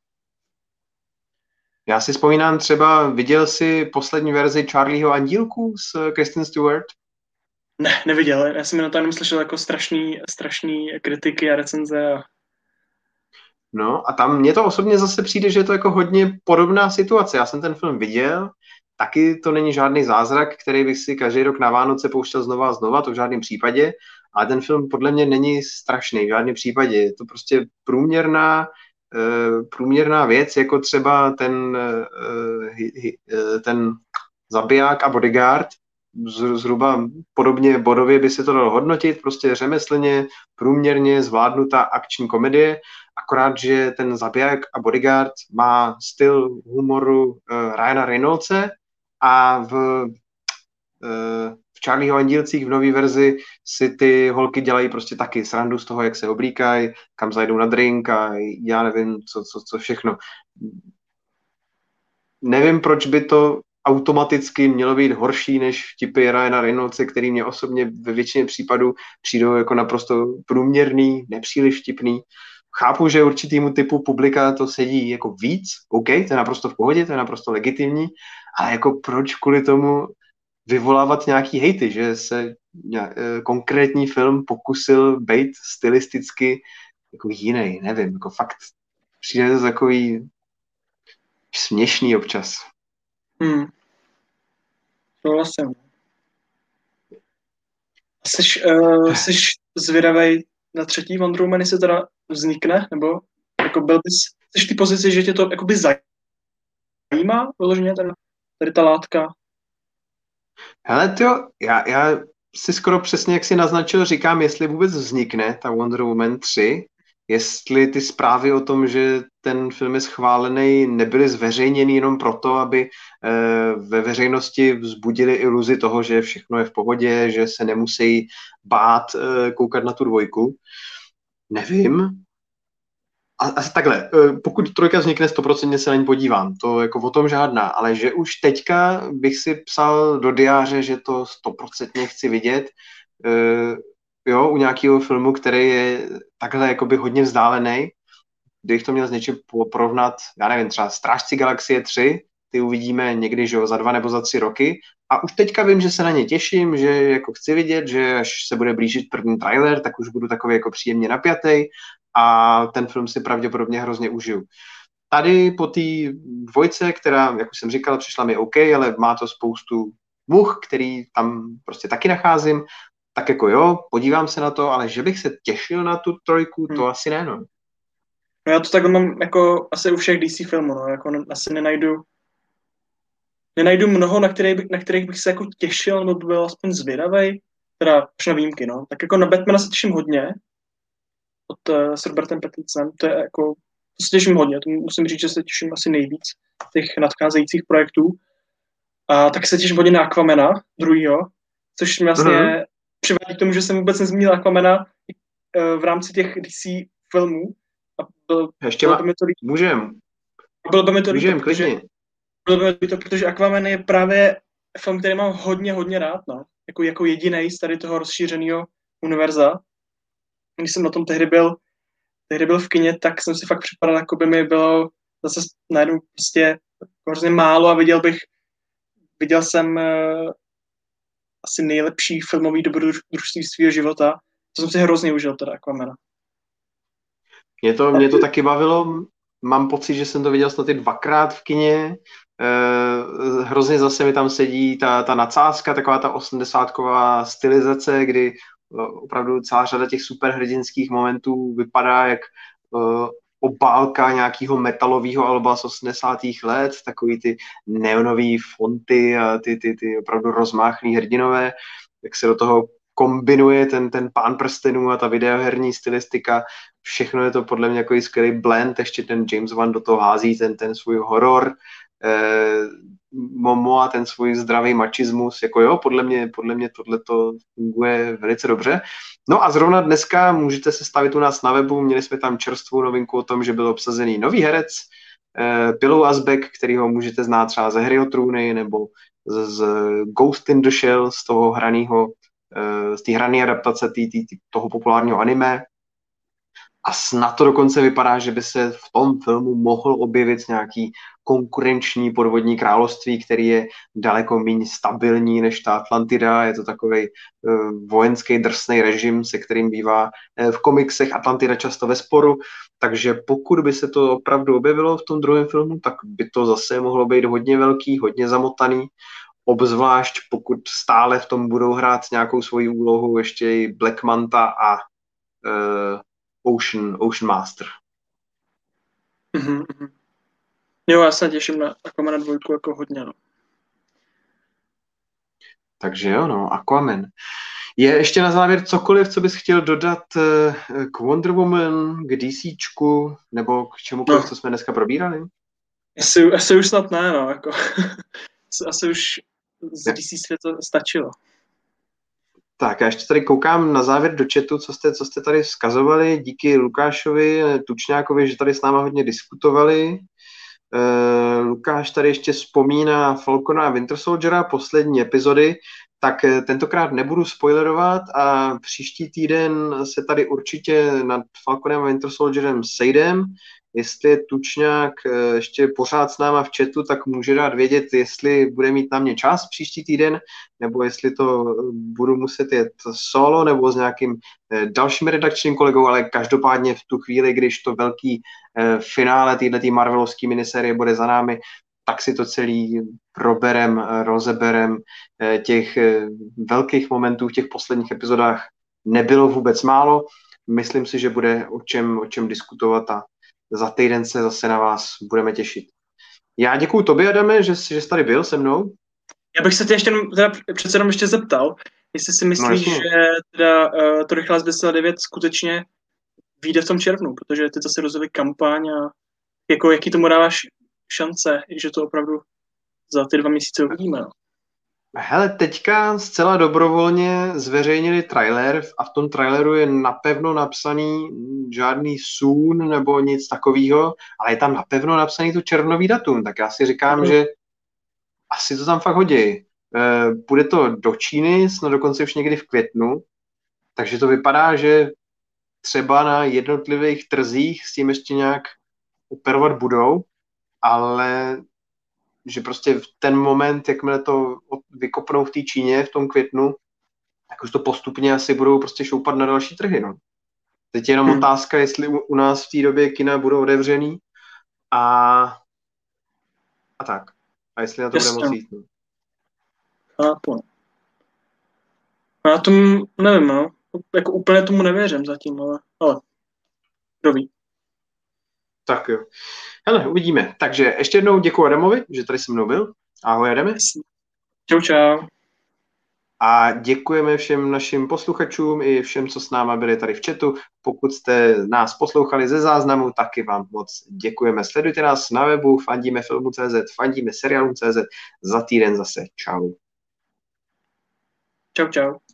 Já si vzpomínám třeba, viděl jsi poslední verzi Charlieho Andílku s Kristen Stewart? Ne, neviděl. Já jsem jenom tam slyšel jako strašný, strašný kritiky a recenze. A... No a tam mně to osobně zase přijde, že je to jako hodně podobná situace. Já jsem ten film viděl, taky to není žádný zázrak, který bych si každý rok na Vánoce pouštěl znova a znova, to v žádném případě, ale ten film podle mě není strašný v žádném případě. Je to prostě průměrná, uh, průměrná věc, jako třeba ten, uh, ten Zabiják a Bodyguard, zhruba podobně bodově by se to dalo hodnotit, prostě řemeslně, průměrně zvládnutá akční komedie, akorát, že ten Zabiják a Bodyguard má styl humoru uh, Ryana Reynoldse a v, uh, v Charlieho Andílcích v nové verzi si ty holky dělají prostě taky srandu z toho, jak se oblíkají, kam zajdou na drink a já nevím, co, co, co všechno. Nevím, proč by to automaticky mělo být horší než vtipy Ryana Reynoldse, který mě osobně ve většině případů přijdou jako naprosto průměrný, nepříliš vtipný. Chápu, že určitýmu typu publika to sedí jako víc, OK, to je naprosto v pohodě, to je naprosto legitimní, ale jako proč kvůli tomu vyvolávat nějaký hejty, že se konkrétní film pokusil být stylisticky jako jiný, nevím, jako fakt přijde to takový směšný občas. Hmm. To vlastně. Jsi, uh, jsi zvědavej na třetí Wonder Woman, jestli teda vznikne, nebo jako byl bys, jsi v té pozici, že tě to jakoby zajímá, vyloženě tady, tady ta látka? Hele, tyjo, já, já si skoro přesně, jak jsi naznačil, říkám, jestli vůbec vznikne ta Wonder Woman tři, jestli ty zprávy o tom, že ten film je schválený, nebyly zveřejněny jenom proto, aby e, ve veřejnosti vzbudili iluzi toho, že všechno je v pohodě, že se nemusí bát e, koukat na tu dvojku. Nevím. A, asi takhle, pokud trojka vznikne, sto procent se na ní podívám, to jako o tom žádná, ale že už teďka bych si psal do diáře, že to sto procent chci vidět, e, jo, u nějakého filmu, který je takhle jakoby hodně vzdálený, kdybych to měl s něčím porovnat, já nevím, třeba Strážci galaxie tři, ty uvidíme někdy, že jo, za dva nebo za tři roky a už teďka vím, že se na ně těším, že jako chci vidět, že až se bude blížit první trailer, tak už budu takový jako příjemně napjatý a ten film si pravděpodobně hrozně užiju. Tady po té dvojce, která, jak už jsem říkal, přišla mi OK, ale má to spoustu much, který tam prostě taky nacházím, tak jako jo, podívám se na to, ale že bych se těšil na tu trojku, to hmm. asi ne, no. No já to tak mám jako asi u všech D C filmů, no, jako asi nenajdu nenajdu mnoho, na kterých, na kterých bych se jako těšil, nebo byl aspoň zvědavej, teda už na výjimky, no. Tak jako na Batmana se těším hodně, od uh, s Robertem Pattisonem, to je jako, to se těším hodně, to musím říct, že se těším asi nejvíc těch nadcházejících projektů. A tak se těším hodně na Aquamana, druhýho, což mě vlastně uh-huh. přivádí k tomu, že jsem vůbec nezmínil Aquamana uh, v rámci těch D C filmů. A byl, Ještě má, můžem. Bylo by mi to můžem, líto, protože, bylo by mi to líto, protože Aquaman je právě film, který mám hodně, hodně rád, no. Jako, jako jedinej z tady toho rozšířeného univerza. Když jsem na tom tehdy byl, tehdy byl v kině, tak jsem si fakt připadal, jako by mi bylo zase najednou prostě hrozně málo a viděl bych, viděl jsem uh, asi nejlepší filmový dobrodružství svého života. To jsem si hrozně užil, teda Aquamana. Mě to, mě to taky bavilo. Mám pocit, že jsem to viděl snad i dvakrát v kině. Eh, hrozně zase mi tam sedí ta, ta nadsázka, taková ta osmdesátková stylizace, kdy opravdu celá řada těch superhrdinských momentů vypadá jak eh, obálka nějakého metalového alba z osmdesátých let, takový ty neonový fonty a ty, ty, ty opravdu rozmáchlý hrdinové, jak se do toho kombinuje ten, ten Pán prstenů a ta videoherní stylistika. Všechno je to podle mě jako skvělý blend, ještě ten James Wan do toho hází ten, ten svůj horor. eh, Momo a ten svůj zdravý mačismus, jako jo, podle mě, podle mě tohleto funguje velice dobře. No a zrovna dneska můžete se stavit u nás na webu, měli jsme tam čerstvou novinku o tom, že byl obsazený nový herec, eh, Pilou Asbeck, kterýho můžete znát třeba ze Hry o trůny, nebo z, z Ghost in the Shell, z toho hraného, eh, z té hrané adaptace tý, tý, tý, toho populárního anime. A snad to dokonce vypadá, že by se v tom filmu mohl objevit nějaký konkurenční podvodní království, který je daleko méně stabilní než ta Atlantida. Je to takový uh, vojenský drsný režim, se kterým bývá uh, v komiksech Atlantida často ve sporu. Takže pokud by se to opravdu objevilo v tom druhém filmu, tak by to zase mohlo být hodně velký, hodně zamotaný. Obzvlášť pokud stále v tom budou hrát nějakou svoji úlohu ještě i Black Manta a uh, Ocean, Ocean Master. Mm-hmm. Jo, já se těším na Aquamana dvojku jako hodně, no. Takže jo, no, Aquaman. Je ještě na závěr cokoliv, co bys chtěl dodat k Wonder Woman, k DCčku, nebo k čemukoliv, no, co jsme dneska probírali? Asi, asi už snad ne, no, jako. Asi už z D C světa stačilo. Tak, já ještě tady koukám na závěr do chatu, co jste, co jste tady vzkazovali. Díky Lukášovi, Tučňákovi, že tady s náma hodně diskutovali. Uh, Lukáš tady ještě vzpomíná Falcona a Winter Soldiera, poslední epizody, tak tentokrát nebudu spoilerovat a příští týden se tady určitě nad Falconem a Winter Soldierem sejdem. Jestli je Tučňák ještě pořád s náma v chatu, tak může dát vědět, jestli bude mít na mě čas příští týden, nebo jestli to budu muset jet solo, nebo s nějakým dalším redakčním kolegou, ale každopádně v tu chvíli, když to velký finále této marvelovské miniserie bude za námi, tak si to celý proberem, rozeberem. Těch velkých momentů v těch posledních epizodách nebylo vůbec málo. Myslím si, že bude o čem, o čem diskutovat a za týden se zase na vás budeme těšit. Já děkuju tobě, Adame, že, že jsi tady byl se mnou. Já bych se tě ještě teda přece jenom ještě zeptal, jestli si myslíš, no, že teda uh, to Rychlá zběsila devět skutečně vyjde v tom červnu, protože ty zase rozjeli kampaň a jako, jaký tomu dáváš šance, že to opravdu za ty dva měsíce uvidíme. No? Hele, teďka zcela dobrovolně zveřejnili trailer a v tom traileru je napevno napsaný žádný soon nebo nic takového, ale je tam napevno napsaný to červnový datum, tak já si říkám, mm. že asi to tam fakt hodí. Bude to do Číny, snad dokonce už někdy v květnu, takže to vypadá, že třeba na jednotlivých trzích s tím ještě nějak operovat budou, ale že prostě v ten moment, jakmile to vykopnou v té Číně v tom květnu, tak už to postupně asi budou prostě šoupat na další trhy. No. Teď je jenom hmm. otázka, jestli u, u nás v té době kina budou otevřený a, a tak. A jestli na to bude moc jít. No. Chápu. Já tomu nevím, no. Jako úplně tomu nevěřím zatím, ale, ale kdo ví. Tak jo. Hele, uvidíme. Takže ještě jednou děkuji Adamovi, že tady se mnou byl. Ahoj, Adame. Čau, čau. A děkujeme všem našim posluchačům i všem, co s náma byli tady v chatu. Pokud jste nás poslouchali ze záznamu, taky vám moc děkujeme. Sledujte nás na webu fandíme filmu tečka cé zet, fandíme seriálům tečka cé zet. Za týden zase. Čau. Čau, čau.